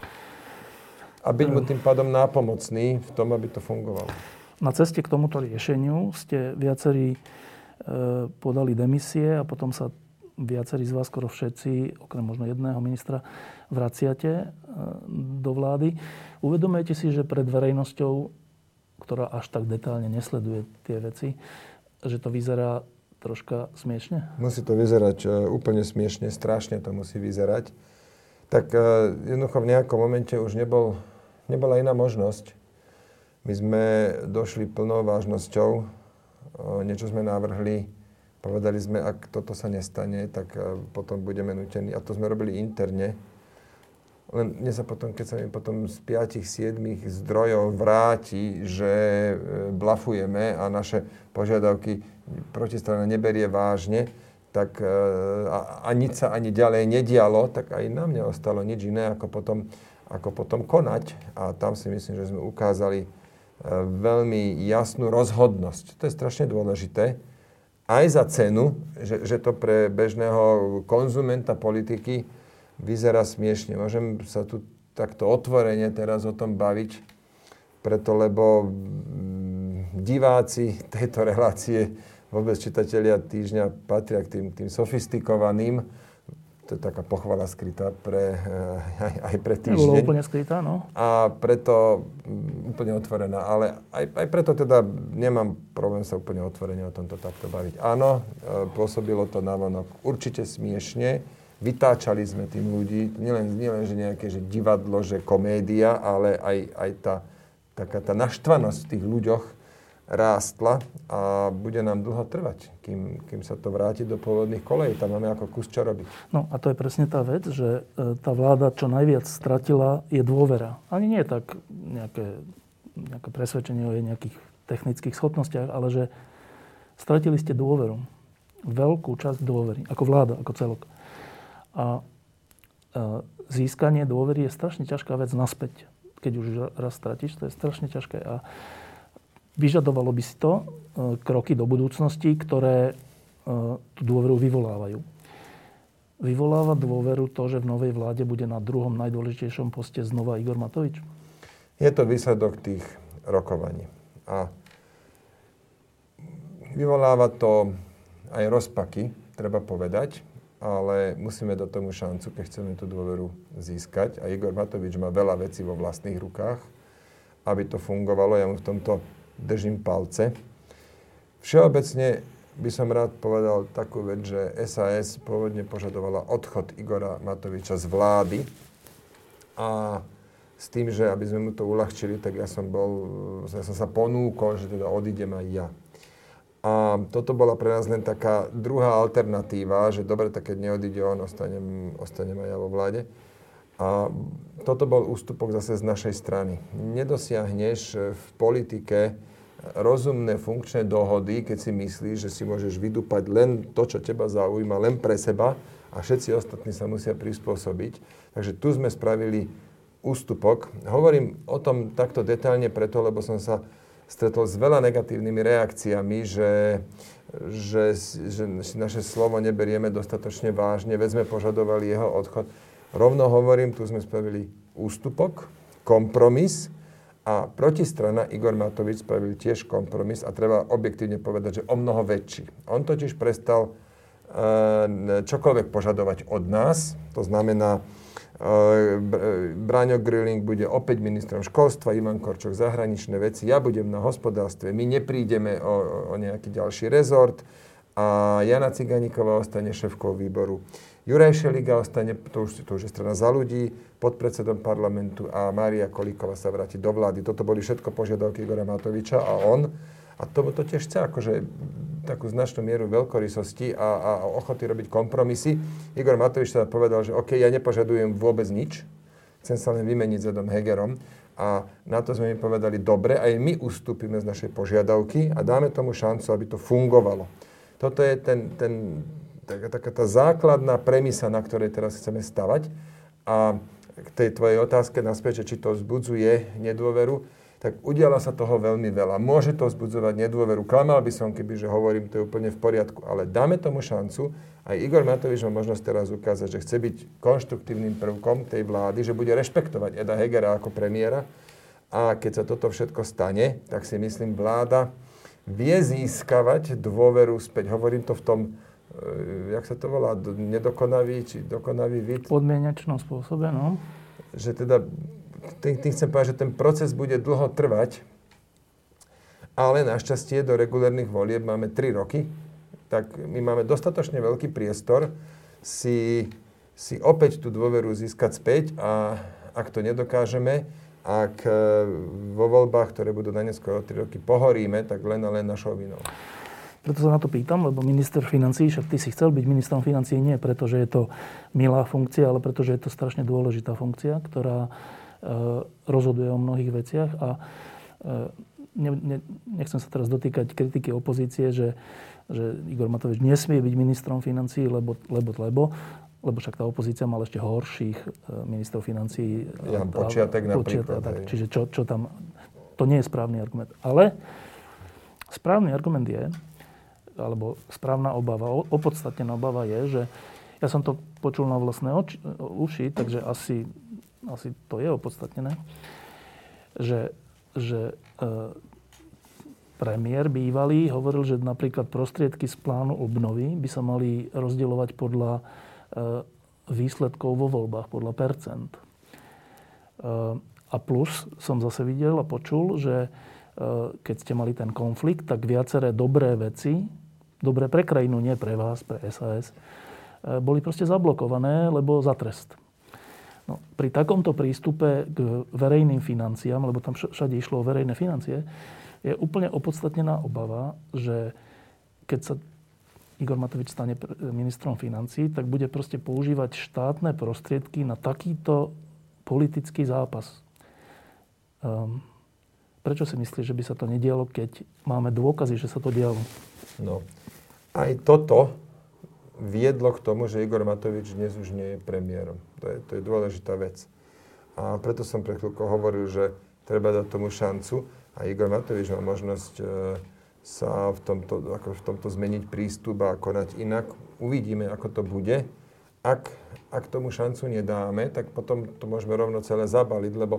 A byť mu tým pádom nápomocný v tom, aby to fungovalo. Na ceste k tomuto riešeniu ste viacerí e, podali demisie a potom sa viacerí z vás, skoro všetci, okrem možno jedného ministra, vraciate e, do vlády. Uvedomujete si, že pred verejnosťou, ktorá až tak detailne nesleduje tie veci, že to vyzerá troška smiešne? Musí to vyzerať e, úplne smiešne, strašne to musí vyzerať. Tak e, jednoducho v nejakom momente už nebol, nebola iná možnosť. My sme došli plnou vážnosťou, niečo sme navrhli, povedali sme, ak toto sa nestane, tak potom budeme nutení. A to sme robili interne. Len mne sa potom, keď sa mi potom z piatich, siedmich zdrojov vráti, že blafujeme a naše požiadavky protistrana neberie vážne, tak a, a nič sa ani ďalej nedialo, tak aj na mne ostalo nič iné, ako potom, ako potom konať. A tam si myslím, že sme ukázali veľmi jasnú rozhodnosť. To je strašne dôležité. Aj za cenu, že, že to pre bežného konzumenta politiky vyzerá smiešne. Môžem sa tu takto otvorene teraz o tom baviť, preto lebo diváci tejto relácie, vôbec čitatelia Týždňa, patria k tým, tým sofistikovaným. To je taká pochvala skrytá pre, aj, aj pre Týždeň. Nebolo úplne skrytá, no. A preto úplne otvorená. Ale aj, aj preto teda nemám problém sa úplne otvorene o tomto takto baviť. Áno, pôsobilo to navonok určite smiešne. Vytáčali sme tým ľudí. Nielen, nielen že nejaké že divadlo, že komédia, ale aj, aj tá, taká tá naštvanosť v tých ľuďoch rástla a bude nám dlho trvať, kým, kým sa to vráti do pôvodných kolejí. Tam máme ako kus čo robiť. No a to je presne tá vec, že tá vláda čo najviac stratila je dôvera. Ani nie tak nejaké, nejaké presvedčenie o jej nejakých technických schopnostiach, ale že stratili ste dôveru. Veľkú časť dôvery. Ako vláda, ako celok. A získanie dôvery je strašne ťažká vec naspäť. Keď už raz stratíš, to je strašne ťažké. A vyžadovalo by si to kroky do budúcnosti, ktoré tú dôveru vyvolávajú. Vyvoláva dôveru to, že v novej vláde bude na druhom najdôležitejšom poste znova Igor Matovič? Je to výsledok tých rokovaní. A vyvoláva to aj rozpaky, treba povedať, ale musíme dať tomu šancu, keď chceme tú dôveru získať. A Igor Matovič má veľa vecí vo vlastných rukách, aby to fungovalo. Ja mu v tomto držím palce. Všeobecne by som rád povedal takú vec, že es a es pôvodne požadovala odchod Igora Matoviča z vlády a s tým, že aby sme mu to uľahčili, tak ja som bol, ja som sa ponúkol, že teda odídem aj ja. A toto bola pre nás len taká druhá alternatíva, že dobre, tak keď neodíde on, ostanem, ostanem aj ja vo vláde. A toto bol ústupok zase z našej strany. Nedosiahneš v politike rozumné funkčné dohody, keď si myslíš, že si môžeš vydúpať len to, čo teba zaujíma, len pre seba a všetci ostatní sa musia prispôsobiť. Takže tu sme spravili ústupok. Hovorím o tom takto detailne preto, lebo som sa stretol s veľa negatívnymi reakciami, že, že, že si naše slovo neberieme dostatočne vážne, veď sme požadovali jeho odchod. Rovno hovorím, tu sme spravili ústupok, kompromis, a protistrana Igor Matovič spravil tiež kompromis a treba objektívne povedať, že o mnoho väčší. On totiž prestal e, čokoľvek požadovať od nás. To znamená, e, Braňo Grilling bude opäť ministrom školstva, Ivan Korčok zahraničné veci, ja budem na hospodárstve, my neprídeme o, o nejaký ďalší rezort a Jana Ciganíková ostane šéfkou výboru. Juraj Šeliga ostane, to už, to už je strana Za ľudí, podpredsedom parlamentu a Mária Kolíková sa vráti do vlády. Toto boli všetko požiadavky Igora Matoviča a on, a to, to tiež chce akože takú značnú mieru veľkorysosti a, a ochoty robiť kompromisy. Igor Matovič teda povedal, že OK, ja nepožadujem vôbec nič, chcem sa len vymeniť s Edom Hegerom a na to sme mi povedali, dobre, aj my ustúpime z našej požiadavky a dáme tomu šancu, aby to fungovalo. Toto je ten, ten taká, taká tá základná premisa, na ktorej teraz chceme stavať. A k tej tvojej otázke naspäť, či to vzbudzuje nedôveru, tak udiala sa toho veľmi veľa. Môže to vzbudzovať nedôveru. Klamal by som, keby, že hovorím, to je úplne v poriadku, ale dáme tomu šancu. Aj Igor Matovič má možnosť teraz ukázať, že chce byť konštruktívnym prvkom tej vlády, že bude rešpektovať Eda Hegera ako premiéra. A keď sa toto všetko stane, tak si myslím, vláda vie získavať dôveru späť. Hovorím to v tom, jak sa to volá, nedokonavý, či dokonavý vid? Podmienečnom spôsobe, no. Že teda, tým, tým chcem povedať, že ten proces bude dlho trvať, ale našťastie do regulérnych volieb máme tri roky, tak my máme dostatočne veľký priestor si, si opäť tú dôveru získať späť a ak to nedokážeme, ak vo voľbách, ktoré budú na neskôr tri roky, pohoríme, tak len a len našou vinou. Preto sa na to pýtam, lebo minister financií, však ty si chcel byť ministrom financií nie preto, že je to milá funkcia, ale preto, že je to strašne dôležitá funkcia, ktorá e, rozhoduje o mnohých veciach. A e, ne, ne, nechcem sa teraz dotýkať kritiky opozície, že, že Igor Matovič nesmie byť ministrom financií, lebo, lebo, lebo, lebo však tá opozícia mala ešte horších ministrov financií. Ja, Počiatek napríklad. Tak, čiže čo, čo tam... To nie je správny argument. Ale správny argument je, alebo správna obava, opodstatnená obava je, že ja som to počul na vlastné oči, uši, takže asi, asi to je opodstatnené, že, že e, premiér bývalý hovoril, že napríklad prostriedky z plánu obnovy by sa mali rozdielovať podľa e, výsledkov vo voľbách, podľa percent. E, a plus som zase videl a počul, že e, keď ste mali ten konflikt, tak viaceré dobré veci, dobré pre krajinu, nie pre vás, pre es a es, boli proste zablokované, lebo za trest. No, pri takomto prístupe k verejným financiám, lebo tam všade išlo o verejné financie, je úplne opodstatnená obava, že keď sa Igor Matovič stane ministrom financií, tak bude proste používať štátne prostriedky na takýto politický zápas. Um, prečo si myslíš, že by sa to nedialo, keď máme dôkazy, že sa to dialo? No, aj toto viedlo k tomu, že Igor Matovič dnes už nie je premiérom. To je, to je dôležitá vec. A preto som pre chvíľku hovoril, že treba dať tomu šancu a Igor Matovič má možnosť e, sa v tomto, ako v tomto zmeniť prístup a konať inak. Uvidíme, ako to bude. Ak, ak tomu šancu nedáme, tak potom to môžeme rovno celé zabaliť, lebo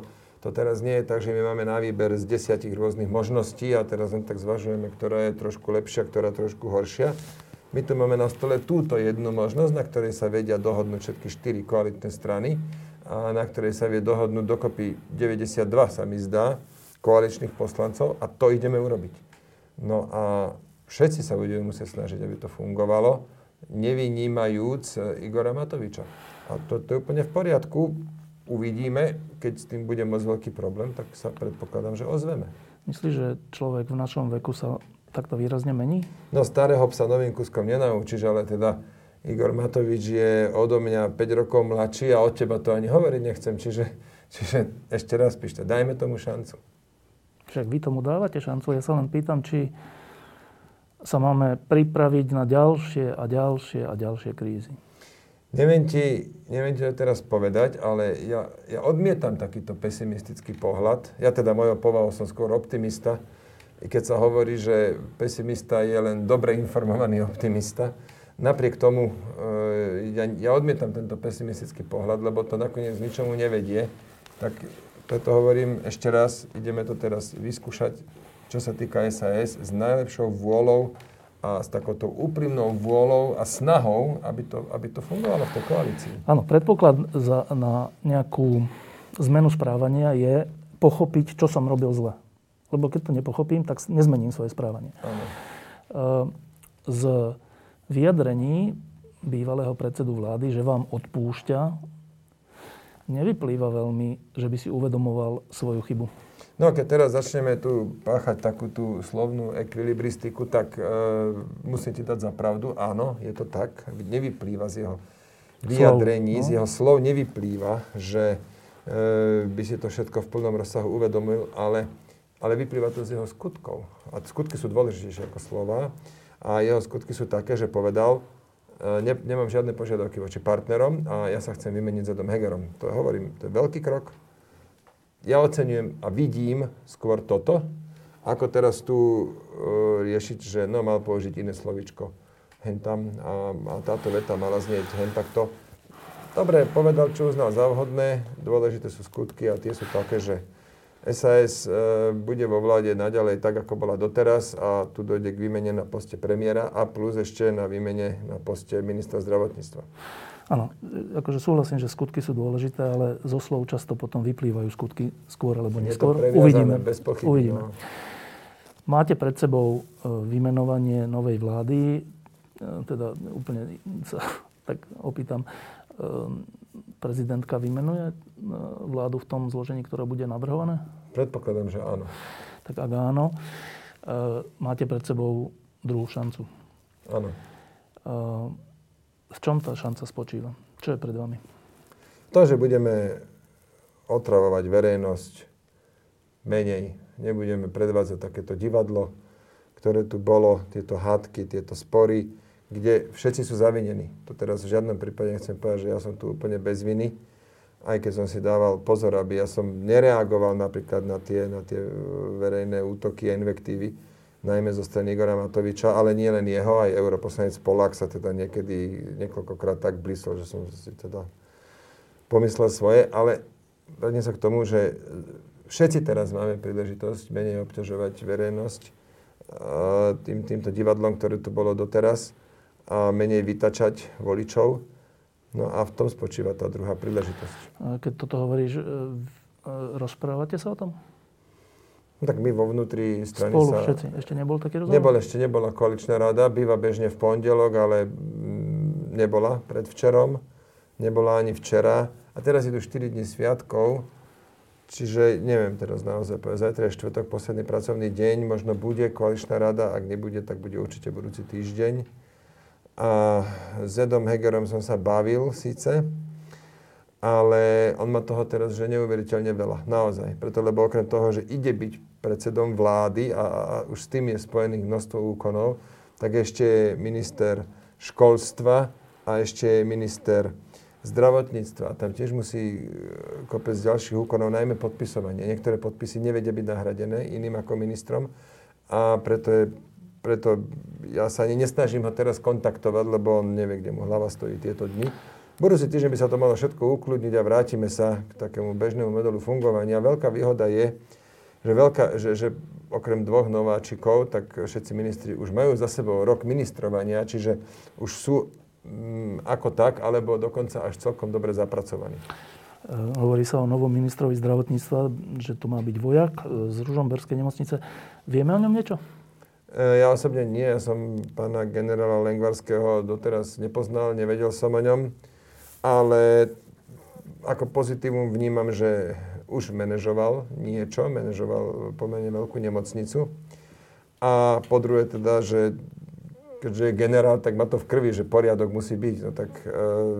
To teraz nie je tak, že my máme na výber z desiatich rôznych možností a teraz len tak zvažujeme, ktorá je trošku lepšia, ktorá trošku horšia. My tu máme na stole túto jednu možnosť, na ktorej sa vedia dohodnúť všetky štyri koalitné strany a na ktorej sa vie dohodnúť dokopy deväťdesiatdva, sa mi zdá, koaličných poslancov a to ideme urobiť. No a všetci sa budeme musieť snažiť, aby to fungovalo, nevynímajúc Igora Matoviča. A to, to je úplne v poriadku. Uvidíme, keď s tým bude moc veľký problém, tak sa predpokladám, že ozveme. Myslíš, že človek v našom veku sa takto výrazne mení? No starého psa novým kuskom nenaučíš, ale teda Igor Matovič je odo mňa päť rokov mladší a od teba to ani hovoriť nechcem. Čiže, čiže ešte raz píšte, dajme tomu šancu. Však vy tomu dávate šancu. Ja sa len pýtam, či sa máme pripraviť na ďalšie a ďalšie a ďalšie krízy. Neviem ti, neviem ti to teraz povedať, ale ja, ja odmietam takýto pesimistický pohľad. Ja teda mojou povahou som skôr optimista. I keď sa hovorí, že pesimista je len dobre informovaný optimista. Napriek tomu e, ja, ja odmietam tento pesimistický pohľad, lebo to nakoniec ničomu nevedie. Tak preto hovorím ešte raz, ideme to teraz vyskúšať, čo sa týka es a es, s najlepšou vôľou a s takouto úprimnou vôľou a snahou, aby to, aby to fungovalo v tej koalícii. Áno, predpoklad za, na nejakú zmenu správania je pochopiť, čo som robil zle. Lebo keď to nepochopím, tak nezmením svoje správanie. Áno. Z vyjadrení bývalého predsedu vlády, že vám odpúšťa, nevyplýva veľmi, že by si uvedomoval svoju chybu. No keď teraz začneme tu páchať takú tú slovnú ekvilibristiku, tak e, musím ti dať za pravdu. Áno, je to tak. Nevyplýva z jeho vyjadrení, slov, no? z jeho slov nevyplýva, že e, by si to všetko v plnom rozsahu uvedomil, ale, ale vyplýva to z jeho skutkov. A skutky sú dôležitejšie ako slova. A jeho skutky sú také, že povedal, e, ne, nemám žiadne požiadavky voči partnerom a ja sa chcem vymeniť s Edom Hegerom. To hovorím, to je veľký krok. Ja oceňujem a vidím skôr toto, ako teraz tu e, riešiť, že no, mal použiť iné slovíčko hen tam a, a táto veta mala znieť hen takto. Dobre, povedal, čo uznal za vhodné, dôležité sú skutky a tie sú také, že es a es e, bude vo vláde naďalej tak, ako bola doteraz a tu dojde k výmene na poste premiéra a plus ešte na výmene na poste ministra zdravotníctva. Áno, akože súhlasím, že skutky sú dôležité, ale zo slov často potom vyplývajú skutky skôr alebo neskôr. Uvidíme. Bez pochyby, Uvidíme. No. Máte pred sebou vymenovanie novej vlády, teda úplne sa tak opýtam, prezidentka vymenuje vládu v tom zložení, ktoré bude navrhované? Predpokladám, že áno. Tak ak áno, máte pred sebou druhú šancu. Áno. V čom tá šanca spočíva? Čo je pred vami? To, že budeme otravovať verejnosť menej. Nebudeme predvádzať takéto divadlo, ktoré tu bolo, tieto hádky, tieto spory, kde všetci sú zavinení. To teraz v žiadnom prípade nechcem povedať, že ja som tu úplne bez viny. Aj keď som si dával pozor, aby ja som nereagoval napríklad na tie, na tie verejné útoky a invektívy, najmä zo strany Igora Matoviča, ale nie len jeho, aj europoslanec Polák sa teda niekedy niekoľkokrát tak blísol, že som si teda pomyslel svoje, ale vrátim sa k tomu, že všetci teraz máme príležitosť menej obťažovať verejnosť tým, týmto divadlom, ktoré tu bolo doteraz a menej vytačať voličov. No a v tom spočíva tá druhá príležitosť. A keď toto hovoríš, rozprávate sa o tom? No tak my vo vnútri strany Spolu sa... všetci. Ešte nebol taký rozhovor? Nebol, ešte nebola koaličná rada. Býva bežne v pondelok, ale nebola predvčerom. Nebola ani včera. A teraz idú štyri dni sviatkov. Čiže neviem teraz naozaj povedať. Zajtra je štvrtok, posledný pracovný deň. Možno bude koaličná rada. Ak nebude, tak bude určite budúci týždeň. A s Edom Hegerom som sa bavil síce, ale on má toho teraz, že neuveriteľne veľa. Naozaj. Preto, lebo okrem toho, že ide byť predsedom vlády a, a už s tým je spojených množstvo úkonov, tak ešte je minister školstva a ešte je minister zdravotníctva. Tam tiež musí kopec ďalších úkonov, najmä podpisovanie. Niektoré podpisy nevedia byť nahradené iným ako ministrom a preto je Preto ja sa ani nesnažím ho teraz kontaktovať, lebo on nevie, kde mu hlava stojí tieto dni. budúci týždeň by sa to malo všetko ukludniť a vrátime sa k takému bežnému modelu fungovania. Veľká výhoda je, že, veľká, že, že okrem dvoch nováčikov, tak všetci ministri už majú za sebou rok ministrovania, čiže už sú mm, ako tak, alebo dokonca až celkom dobre zapracovaní. Hovorí sa o novom ministrovi zdravotníctva, že to má byť vojak z Ružomberskej nemocnice. Vieme o ňom niečo? Ja osobne nie. Ja som pána generála Lengvarského doteraz nepoznal, nevedel som o ňom. Ale ako pozitívum vnímam, že už manažoval niečo, manažoval pomerne veľkú nemocnicu. A po druhé teda, že keďže je generál, tak má to v krvi, že poriadok musí byť. No tak e,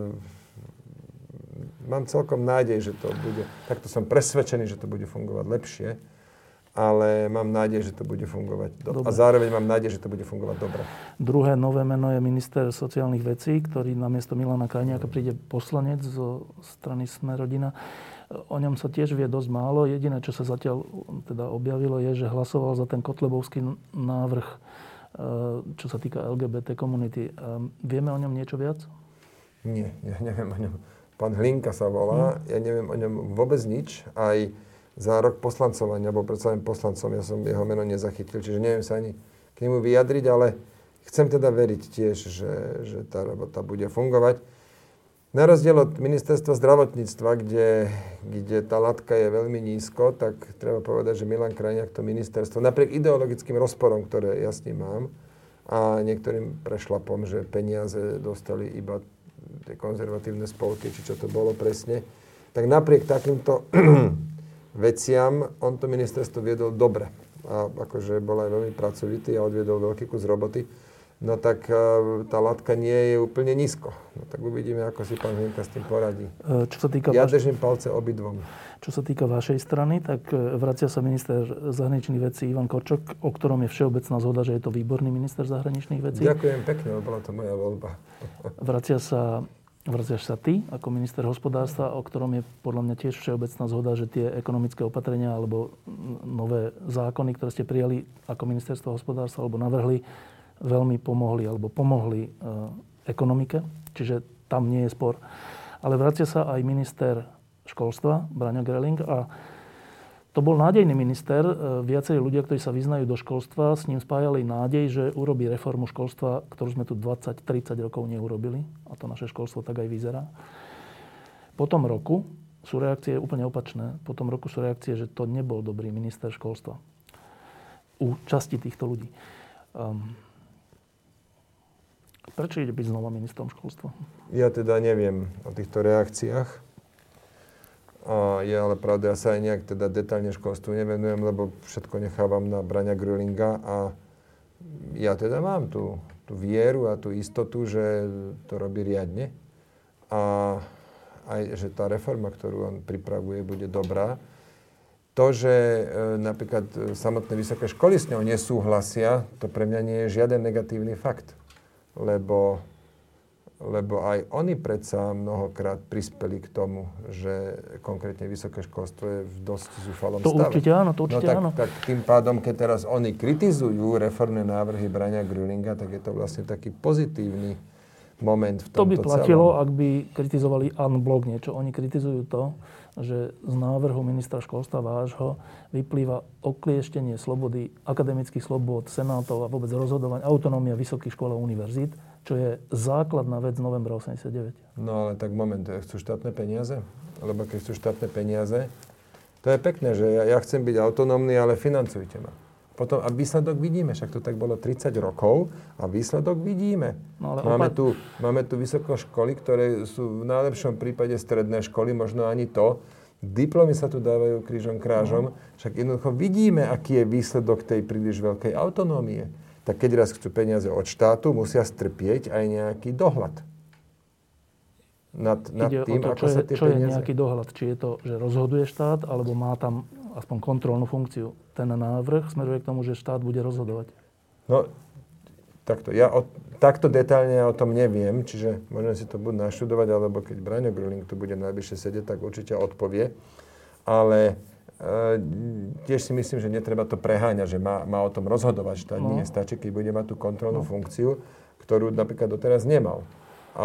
mám celkom nádej, že to bude. Takto som presvedčený, že to bude fungovať lepšie. Ale mám nádej, že to bude fungovať dobre. A zároveň mám nádej, že to bude fungovať dobre. Druhé nové meno je minister sociálnych vecí, ktorý namiesto Milana Krajniaka príde poslanec zo strany Sme rodina. O ňom sa tiež vie dosť málo. Jediné, čo sa zatiaľ teda objavilo, je, že hlasoval za ten kotlebovský návrh, čo sa týka el gé bé té komunity. Vieme o ňom niečo viac? Nie, ja neviem o ňom. Pán Hlinka sa volá. Hmm. Ja neviem o ňom vôbec nič. Aj za rok poslancovania, alebo predsa len poslancom, ja som jeho meno nezachytil, čiže neviem sa ani k nemu vyjadriť, ale chcem teda veriť tiež, že, že tá robota bude fungovať. Na rozdiel od ministerstva zdravotníctva, kde, kde tá latka je veľmi nízko, tak treba povedať, že Milan Krajniak to ministerstvo, napriek ideologickým rozporom, ktoré ja s ním mám, a niektorým prešlapom, že peniaze dostali iba tie konzervatívne spolky, či čo to bolo presne, tak napriek takýmto veciam on to ministerstvo viedol dobre. A akože bol aj veľmi pracovitý a odviedol veľký kus roboty. No tak tá latka nie je úplne nízko. No tak uvidíme, ako si pán Hlinka s tým poradí. Čo sa týka ja vaš... držím palce obidvom. Čo sa týka vašej strany, tak vracia sa minister zahraničných vecí Ivan Korčok, o ktorom je všeobecná zhoda, že je to výborný minister zahraničných vecí. Ďakujem pekne, bola to moja voľba. Vracia sa... Vraciaš sa ty ako minister hospodárstva, o ktorom je podľa mňa tiež všeobecná zhoda, že tie ekonomické opatrenia alebo nové zákony, ktoré ste prijali ako ministerstvo hospodárstva alebo navrhli, veľmi pomohli alebo pomohli e, ekonomike. Čiže tam nie je spor. Ale vracia sa aj minister školstva, Braňo Greling, a to bol nádejný minister. Viacerí ľudia, ktorí sa vyznajú do školstva, s ním spájali nádej, že urobí reformu školstva, ktorú sme tu dvadsať tridsať rokov neurobili. A to naše školstvo tak aj vyzerá. Po tom roku sú reakcie úplne opačné. Po tom roku sú reakcie, že to nebol dobrý minister školstva. U časti týchto ľudí. Um, prečo ide byť znova ministrom školstva? Ja teda neviem o týchto reakciách. A je ale pravda, ja sa aj nejak teda detailne školstvu nevenujem, lebo všetko nechávam na Braňa Grelinga a ja teda mám tú, tú vieru a tú istotu, že to robí riadne a aj, že tá reforma, ktorú on pripravuje, bude dobrá. To, že e, napríklad samotné vysoké školy s ňou nesúhlasia, to pre mňa nie je žiaden negatívny fakt, lebo lebo aj oni predsa mnohokrát prispeli k tomu, že konkrétne vysoké školstvo je v dosť zúfalom to stave. To určite áno, to určite no, tak, áno. Tak tým pádom, keď teraz oni kritizujú reformné návrhy Braňa Grelinga, tak je to vlastne taký pozitívny moment v tomto celom. To by platilo, celom. Ak by kritizovali unblock niečo. Oni kritizujú to, že z návrhu ministra školstva vášho vyplýva oklieštenie slobody, akademických slobod, senátov a vôbec rozhodovania, autonómia vysokých škôl a univerzít, čo je základná vec novembra osemdesiatdeväť. No ale tak moment, chcú štátne peniaze? Lebo keď chcú štátne peniaze, to je pekné, že ja, ja chcem byť autonómny, ale financujte ma. Potom, a výsledok vidíme, však to tak bolo tridsať rokov a výsledok vidíme. No, ale máme, opa- tu, máme tu vysoké školy, ktoré sú v najlepšom prípade stredné školy, možno ani to. Diplomy sa tu dávajú krížom krážom, no. Však jednoducho vidíme, aký je výsledok tej príliš veľkej autonómie. Tak keď raz chcú peniaze od štátu, musia strpieť aj nejaký dohľad nad, nad tým, to, ako je, sa tie čo peniaze... Čo je nejaký dohľad? Či je to, že rozhoduje štát, alebo má tam aspoň kontrolnú funkciu? Ten návrh smeruje k tomu, že štát bude rozhodovať. No, takto. Ja o, takto detailne ja o tom neviem, čiže môžem si to buď naštudovať, alebo keď Braňo Greling tu bude najbližšie sedieť, tak určite odpovie. Ale e, tiež si myslím, že netreba to preháňať, že má, má o tom rozhodovať štát. No. Nie stačí, keď bude mať tú kontrolnú no. funkciu, ktorú napríklad doteraz nemal. A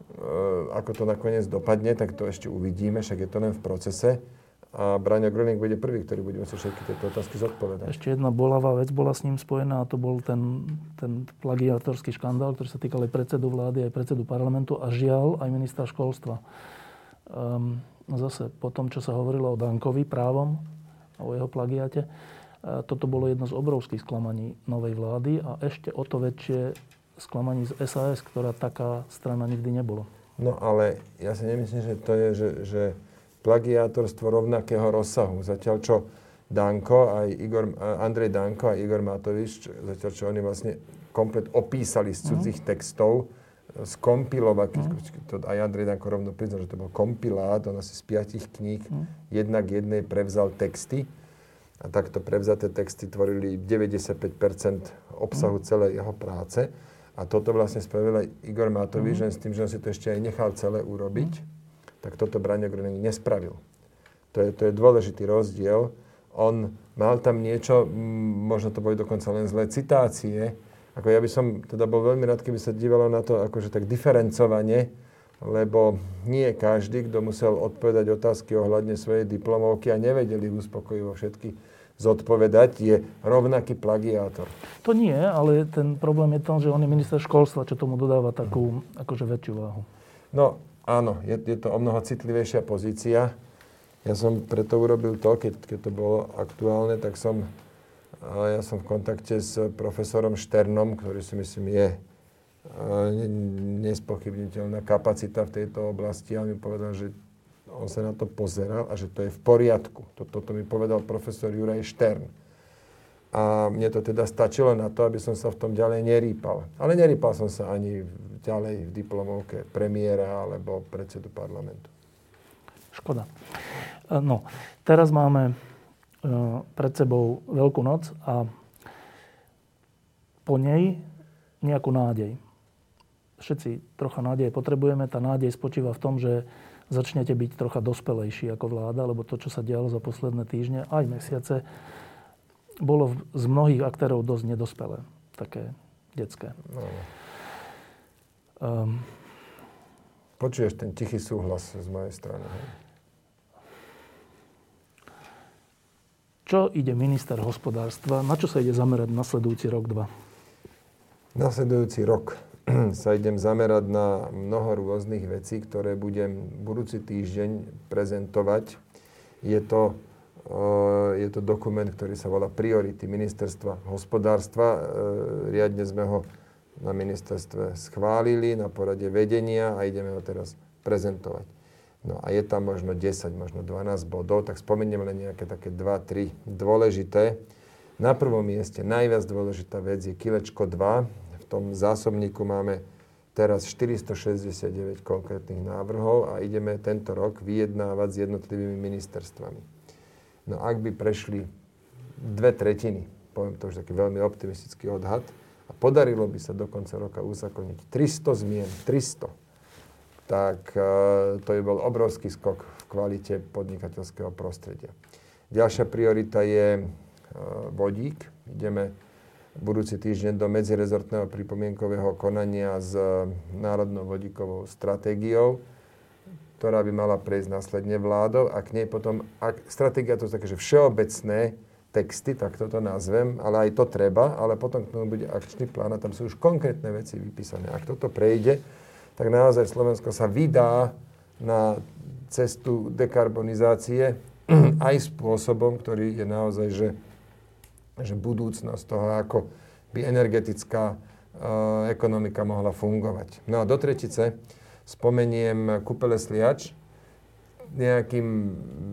ako to nakoniec dopadne, tak to ešte uvidíme, však je to len v procese. A Braňo Gröning bude prvý, ktorý bude musieť všetky tieto otázky zodpovedať. Ešte jedna bolavá vec bola s ním spojená a to bol ten, ten plagiátorský škandál, ktorý sa týkal aj predsedu vlády, aj predsedu parlamentu a žiaľ aj ministra školstva. Um, zase po tom, čo sa hovorilo o Dankovi právom, o jeho plagiáte, toto bolo jedno z obrovských sklamaní novej vlády a ešte o to väčšie sklamaní z es a es, ktorá taká strana nikdy nebolo. No ale ja si nemyslím, že to je, že, že plagiátorstvo rovnakého rozsahu. Zatiaľ čo Danko, aj Igor, Andrej Danko a Igor Matovič, zatiaľ čo oni vlastne komplet opísali z cudzích mm. textov, skompilovať, mm. to aj Andrej Danko rovno priznal, že to bol kompilát, on asi z piatich kníh mm. jedna k jednej prevzal texty a takto prevzaté texty tvorili deväťdesiatpäť percent obsahu mm. celej jeho práce a toto vlastne spravil aj Igor Matovič, mm. len s tým, že on si to ešte aj nechal celé urobiť. Mm. tak toto Braňo Gröning nespravil. To je, to je dôležitý rozdiel. On mal tam niečo, možno to boli dokonca len zlé citácie. Ako ja by som teda bol veľmi rád, keby sa dívalo na to akože tak diferencovane, lebo nie každý, kto musel odpovedať otázky ohľadne svojej diplomovky a nevedeli uspokojivo všetky zodpovedať, je rovnaký plagiátor. To nie, ale ten problém je v tom, že on je minister školstva, čo tomu dodáva takú akože väčšiu váhu. No, áno, je, je to o mnoho citlivejšia pozícia. Ja som preto urobil to, keď, keď to bolo aktuálne, tak som, ja som v kontakte s profesorom Šternom, ktorý si myslím je nespochybniteľná kapacita v tejto oblasti. A on mi povedal, že on sa na to pozeral a že to je v poriadku. Toto to mi povedal profesor Juraj Štern. A mne to teda stačilo na to, aby som sa v tom ďalej nerýpal. Ale nerýpal som sa ani ďalej v diplomovke premiéra alebo predsedu parlamentu. Škoda. No, teraz máme pred sebou Veľkú noc a po nej nejakú nádej. Všetci trocha nádeje potrebujeme. Tá nádej spočíva v tom, že začnete byť trocha dospelejší ako vláda, lebo to, čo sa dialo za posledné týždne, aj mesiace, bolo z mnohých aktérov dosť nedospelé. Také detské. No. Um, Počuješ ten tichý súhlas z mojej strany. Hej? Čo ide minister hospodárstva? Na čo sa ide zamerať nasledujúci rok, dva? Nasledujúci rok sa idem zamerať na mnoho rôznych vecí, ktoré budem budúci týždeň prezentovať. Je to, je to dokument, ktorý sa volá Priority ministerstva hospodárstva. Riadne sme ho na ministerstve schválili na porade vedenia a ideme ho teraz prezentovať. No a je tam možno desať, možno dvanásť bodov, tak spomeniem len nejaké také dva tri dôležité. Na prvom mieste najviac dôležitá vec je kilečko dva. V tom zásobníku máme teraz štyristošesťdesiatdeväť konkrétnych návrhov a ideme tento rok vyjednávať s jednotlivými ministerstvami. No ak by prešli dve tretiny, poviem to už taký veľmi optimistický odhad, a podarilo by sa do konca roka uzakoniť tristo zmien, tristo, tak uh, to by bol obrovský skok v kvalite podnikateľského prostredia. Ďalšia priorita je uh, vodík. Ideme budúci týždeň do medzirezortného pripomienkového konania s národnou vodíkovou stratégiou, ktorá by mala prejsť následne vládou a k nej potom, ak, stratégia to je také, že všeobecné texty, tak toto nazvem, ale aj to treba, ale potom k tomu bude akčný plán a tam sú už konkrétne veci vypísané. Ak toto prejde, tak naozaj Slovensko sa vydá na cestu dekarbonizácie aj spôsobom, ktorý je naozaj, že že budúcnosť toho, ako by energetická uh, ekonomika mohla fungovať. No a do tretice spomeniem Kúpele Sliač. Nejakým,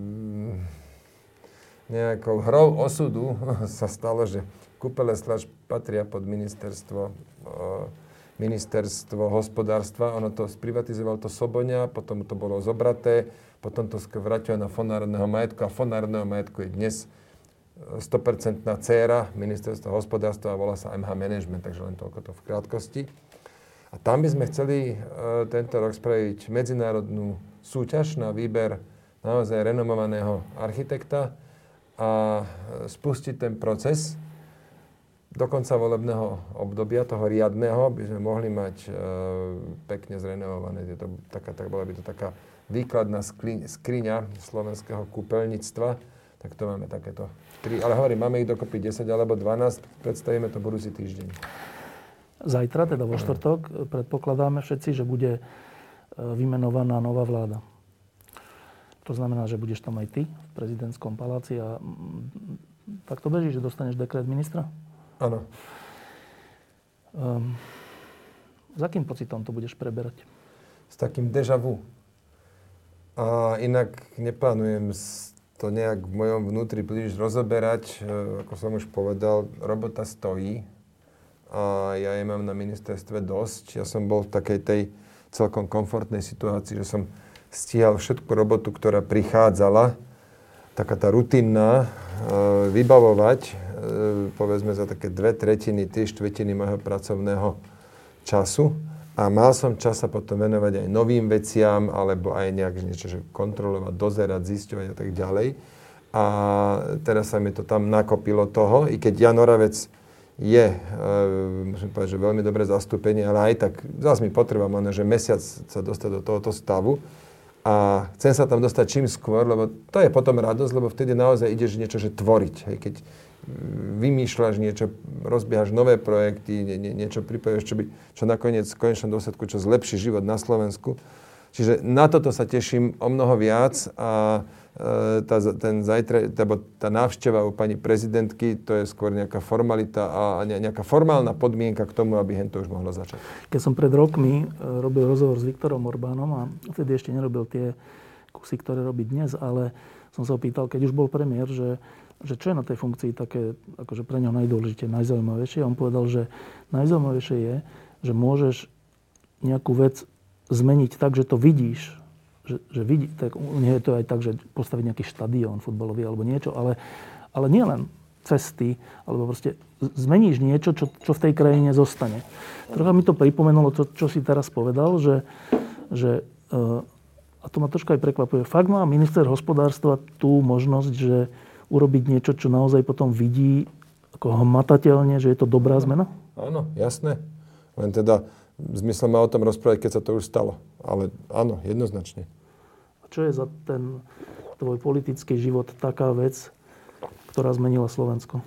nejakou hrou osudu sa stalo, že Kúpele Sliač patria pod ministerstvo, uh, ministerstvo hospodárstva. Ono to sprivatizoval to Soboňa, potom to bolo zobraté, potom to vrátilo na Fond národného majetku a Fond národného majetku je dnes sto percent dcéra ministerstva hospodárstva a volá sa em há Management, takže len toľko to v krátkosti. A tam by sme chceli uh, tento rok spraviť medzinárodnú súťaž na výber naozaj renomovaného architekta a spustiť ten proces. do konca volebného obdobia, toho riadneho, by sme mohli mať e, pekne zrenovované. Je to taká, tak bola by to taká výkladná skli, skriňa slovenského kúpeľníctva. Tak to máme takéto tri. Ale hovorím, máme ich dokopy desať alebo dvanásť. Predstavíme to budúci týždeň. Zajtra, teda vo štvrtok, predpokladáme všetci, že bude vymenovaná nová vláda. To znamená, že budeš tam aj ty v prezidentskom paláci a tak to beží, že dostaneš dekret ministra? Áno. Um, s akým pocitom to budeš preberať? S takým déjà vu. A inak neplánujem to nejak v mojom vnútri príliš rozoberať. Ako som už povedal, robota stojí. A ja je mám na ministerstve dosť. Ja som bol v takej tej celkom komfortnej situácii, že som stíhal všetku robotu, ktorá prichádzala, taká tá rutinná, vybavovať, povedzme za také dve tretiny, tri štvrtiny môjho pracovného času. A mal som čas sa potom venovať aj novým veciam, alebo aj nejak niečo, že kontrolovať, dozerať, zisťovať a tak ďalej. A teraz sa mi to tam nakopilo toho, i keď Jan Oravec je, e, musím povedať, že veľmi dobré zastúpenie, ale aj tak zase mi potreba možno, že mesiac sa dostať do tohoto stavu. A chcem sa tam dostať čím skôr, lebo to je potom radosť, lebo vtedy naozaj ideš niečo, že tvoriť. Hej, keď vymýšľaš niečo, rozbiehaš nové projekty, nie, nie, niečo pripojíš, čo by, čo nakoniec v konečnom dôsledku, čo zlepší život na Slovensku. Čiže na toto sa teším o mnoho viac a e, tá, ten zajtra, tá, tá návšteva u pani prezidentky, to je skôr nejaká formalita a nejaká formálna podmienka k tomu, aby hen to už mohlo začať. Keď som pred rokmi robil rozhovor s Viktorom Orbánom a vtedy ešte nerobil tie kusy, ktoré robí dnes, ale som sa opýtal, keď už bol premiér, že že čo je na tej funkcii také, akože pre ňa najdôležitejšie, najzaujímavejšie. A on povedal, že najzaujímavejšie je, že môžeš nejakú vec zmeniť tak, že to vidíš. Že, že vidí, tak nie je to aj tak, že postaviť nejaký štadión futbalový alebo niečo, ale, ale nie len cesty, alebo proste zmeníš niečo, čo, čo v tej krajine zostane. Trocha mi to pripomenulo to, čo si teraz povedal, že, že a to ma troška aj prekvapuje, fakt má minister hospodárstva tú možnosť, že urobiť niečo, čo naozaj potom vidí ako hmatateľne, že je to dobrá zmena? Áno, jasné. Len teda zmysel má o tom rozprávať, keď sa to už stalo. Ale áno, jednoznačne. A čo je za ten tvoj politický život taká vec, ktorá zmenila Slovensko?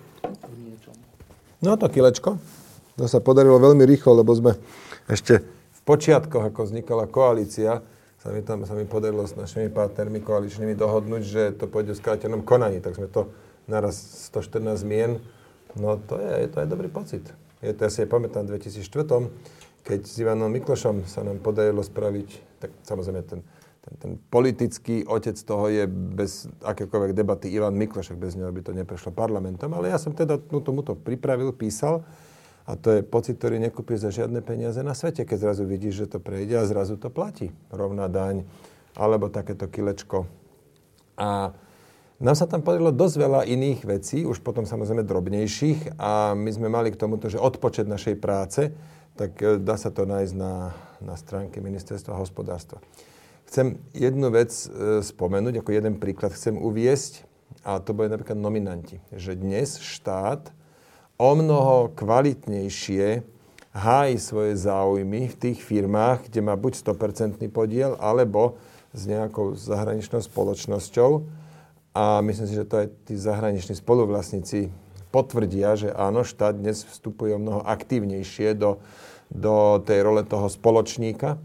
No to kilečko. To sa podarilo veľmi rýchlo, lebo sme ešte v počiatkoch, ako vznikala koalícia, sa mi tam sa mi podarilo s našimi partnermi koaličnými dohodnúť, že to pôjde v skrátenom konaní. Tak sme to naraz sto štrnásť zmien. No to je, to je dobrý pocit. Je to, ja si pamätám v dvetisícštyri, keď s Ivanom Miklošom sa nám podarilo spraviť, tak samozrejme ten, ten, ten politický otec toho je bez akékoľvek debaty Ivan Mikloš, bez neho by to neprešlo parlamentom. Ale ja som teda tomu to pripravil, písal. A to je pocit, ktorý nekúpiš za žiadne peniaze na svete, keď zrazu vidíš, že to prejde a zrazu to platí. Rovná daň, alebo takéto kilečko. A nám sa tam podarilo dosť veľa iných vecí, už potom samozrejme drobnejších. A my sme mali k tomuto, že odpočet našej práce, tak dá sa to nájsť na, na stránke Ministerstva hospodárstva. Chcem jednu vec e, spomenúť, ako jeden príklad chcem uviesť, a to bude napríklad nominanti. Že dnes štát o mnoho kvalitnejšie hájí svoje záujmy v tých firmách, kde má buď sto percent podiel, alebo s nejakou zahraničnou spoločnosťou. A myslím si, že to aj tí zahraniční spoluvlastníci potvrdia, že áno, štát dnes vstupuje o mnoho aktívnejšie do, do tej role toho spoločníka.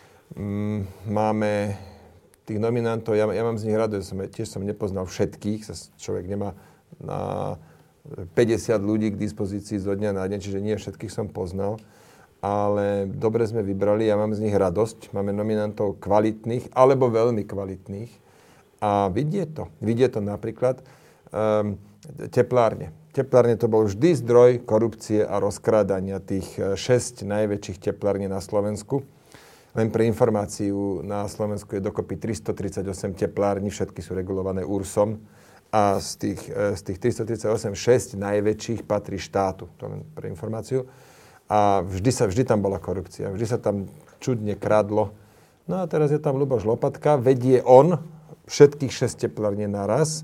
Máme tých nominantov, ja, ja mám z nich radosť, tiež som nepoznal všetkých, sa človek nemá na päťdesiat ľudí k dispozícii zo dňa na deň, čiže nie všetkých som poznal, ale dobre sme vybrali, ja mám z nich radosť. Máme nominantov kvalitných alebo veľmi kvalitných a vidie to. Vidie to napríklad um, teplárne. Teplárne to bol vždy zdroj korupcie a rozkrádania tých šesť najväčších teplární na Slovensku. Len pre informáciu, na Slovensku je dokopy tristotridsaťosem teplární, všetky sú regulované úrsom. A z tých, z tých tristotridsaťosem, šesť najväčších patrí štátu. To len pre informáciu. A vždy, sa, vždy tam bola korupcia. Vždy sa tam čudne kradlo. No a teraz je tam Ľuboš Lopatka. Vedie on všetkých šesť teplární naraz.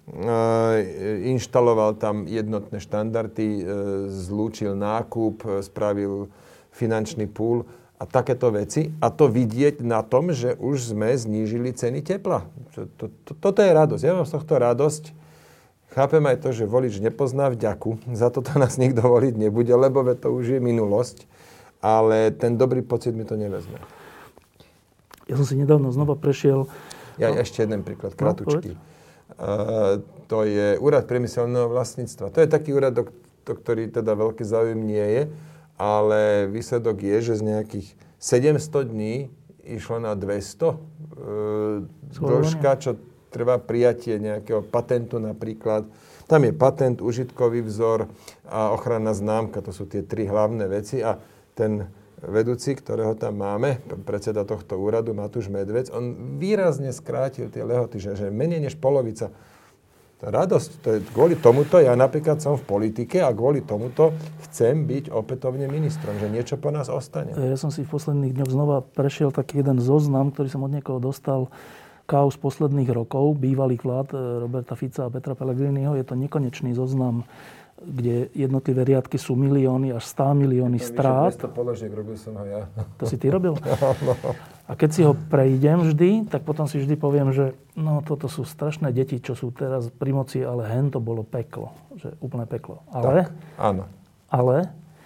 inštaloval tam jednotné štandardy, zlúčil nákup, spravil finančný pool a takéto veci. A to vidieť na tom, že už sme znížili ceny tepla. Toto je radosť. Ja mám z tohto radosť. Chápem aj to, že volič nepozná vďaku. Za toto nás nikto voliť nebude, lebo to už je minulosť. Ale ten dobrý pocit mi to nevezme. Ja som si nedávno znova prešiel... Ja no. Ešte jeden príklad, kratučký. No, uh, to je úrad priemyselného vlastníctva. To je taký úrad, do, do ktorý teda veľký záujem nie je, ale výsledok je, že z nejakých sedemsto dní išlo na dvesto. Uh, dĺžka, čo trvá prijatie nejakého patentu napríklad. Tam je patent, užitkový vzor a ochranná známka. To sú tie tri hlavné veci. A ten vedúci, ktorého tam máme, predseda tohto úradu, Matúš Medvec, on výrazne skrátil tie lehoty, že, že menej než polovica. Tá radosť, to je kvôli tomuto, ja napríklad som v politike a kvôli tomuto chcem byť opätovne ministrom, že niečo po nás ostane. Ja som si v posledných dňoch znova prešiel taký jeden zoznam, ktorý som od niekoho dostal, káuz posledných rokov, bývalých vlád Roberta Fica a Petra Pellegriniho. Je to nekonečný zoznam, kde jednotlivé riadky sú milióny až sto milióny strát. dvesto položiek, robil som ho ja. To si ty robil? No. A keď si ho prejdem vždy, tak potom si vždy poviem, že no toto sú strašné deti, čo sú teraz pri moci, ale hen to bolo peklo. Že úplné peklo. Ale, tak, áno. Ale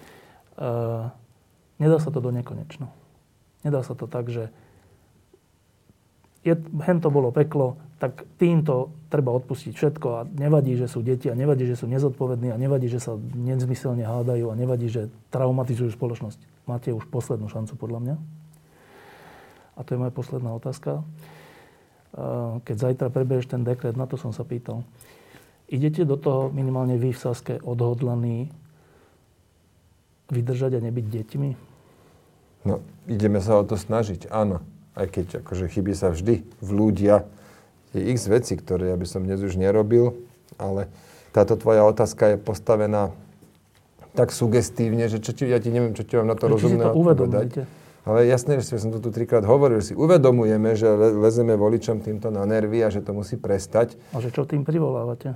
uh, nedá sa to do nekonečno. Nedá sa to tak, že je, hen to bolo peklo, tak týmto treba odpustiť všetko a nevadí, že sú deti a nevadí, že sú nezodpovední a nevadí, že sa nezmyselne hádajú a nevadí, že traumatizujú spoločnosť. Máte už poslednú šancu, podľa mňa. A to je moja posledná otázka. Keď zajtra preberieš ten dekret, na to som sa pýtal. Idete do toho minimálne vy v Saske odhodlaní vydržať a nebyť deťmi? No, ideme sa o to snažiť, áno. Aj keď akože chybí sa vždy v ľudia. Je x veci, ktoré ja by som dnes už nerobil, ale táto tvoja otázka je postavená tak sugestívne, že čo ti, ja ti neviem, čo ti mám na to rozumné odpovedať. Ale jasné, že som to tu trikrát hovoril, že si uvedomujeme, že le, lezeme voličom týmto na nervy a že to musí prestať. A že čo tým privolávate?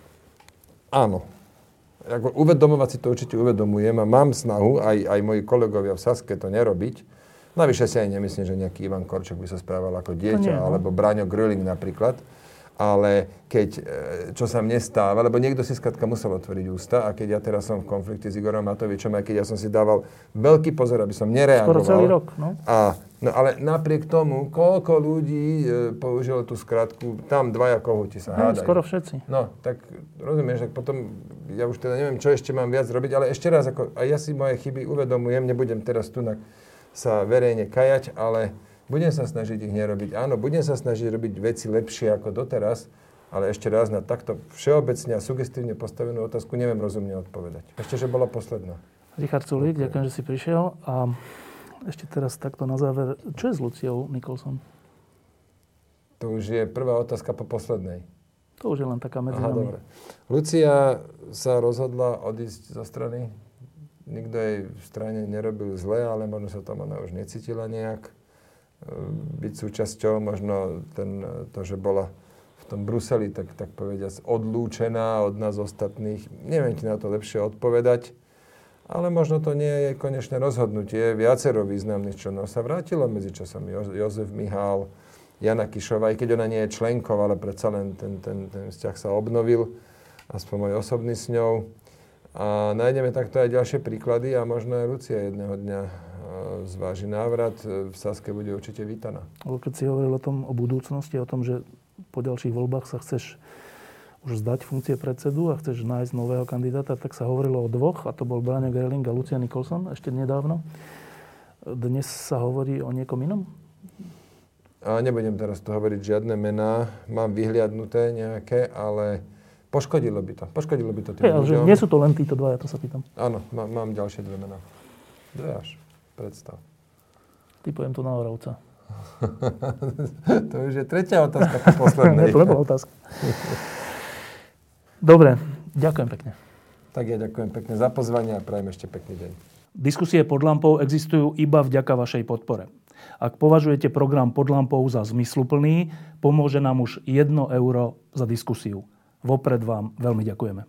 Áno. Ako uvedomovať si to určite uvedomujem a mám snahu, aj, aj moji kolegovia v Saske to nerobiť. Navyše si aj nemyslím, že nejaký Ivan Korčok by sa správal ako dieťa, nie, no. Alebo Braňo Gröling napríklad. Ale keď, čo sa mne stáva, lebo niekto si skrátka musel otvoriť ústa a keď ja teraz som v konflikte s Igorom Matovičom, aj keď ja som si dával veľký pozor, aby som nereagoval. Skoro celý rok, no. A, no ale napriek tomu, koľko ľudí e, použilo tú skratku, tam dvaja kohúti sa hádajú. Skoro všetci. No, tak rozumieš, tak potom, ja už teda neviem, čo ešte mám viac robiť, ale ešte raz, ako, aj ja si moje chyby uvedomujem, nebudem teraz tu na sa verejne kajať, ale budem sa snažiť ich nerobiť. Áno, budem sa snažiť robiť veci lepšie ako doteraz, ale ešte raz na takto všeobecne a sugestívne postavenú otázku neviem rozumne odpovedať. Ešte, že bola posledná. Richard Sulík, okay. Ďakujem, že si prišiel. A ešte teraz takto na záver. Čo je s Luciou Nicholson? To už je prvá otázka po poslednej. To už je len taká medzi Aha, nami. Dobre. Lucia sa rozhodla odísť zo strany. Nikto jej v strane nerobil zle, ale možno sa tam ona už necítila nejak byť súčasťou. Možno ten, to, že bola v tom Bruseli, tak, tak povediac, odlúčená od nás ostatných. Neviem ti na to lepšie odpovedať, ale možno to nie je konečné rozhodnutie. Viacero významných členov sa vrátilo medzičasom. Jo- Jozef Mihál, Jana Kišová, aj keď ona nie je členkou, ale predsa len ten, ten, ten vzťah sa obnovil, aspoň môj osobný s ňou. A nájdeme takto aj ďalšie príklady a možno aj Lucia jedného dňa zváži návrat. V Saske bude určite vítaná. Keď si hovoril o tom, o budúcnosti, o tom, že po ďalších voľbách sa chceš už zdať funkcie predsedu a chceš nájsť nového kandidáta, tak sa hovorilo o dvoch, a to bol Braňo Gröling a Lucia Nicholson ešte nedávno. Dnes sa hovorí o niekom inom? A nebudem teraz to hovoriť žiadne mená. Mám vyhliadnuté nejaké, ale poškodilo by to. Poškodilo by to tým hey, ľuďom. Nie sú to len títo dvaja, to sa pýtam. Áno, má, mám ďalšie dve mená. Dve až. Predstav. Typujem tu na Oravca. To už je tretia otázka po poslednej. To nebola otázka. Dobre, ďakujem pekne. Tak ja ďakujem pekne za pozvanie a prajem ešte pekný deň. Diskusie pod lampou existujú iba vďaka vašej podpore. Ak považujete program Pod lampou za zmysluplný, pomôže nám už jedno euro za diskusiu. Vopred vám veľmi ďakujeme.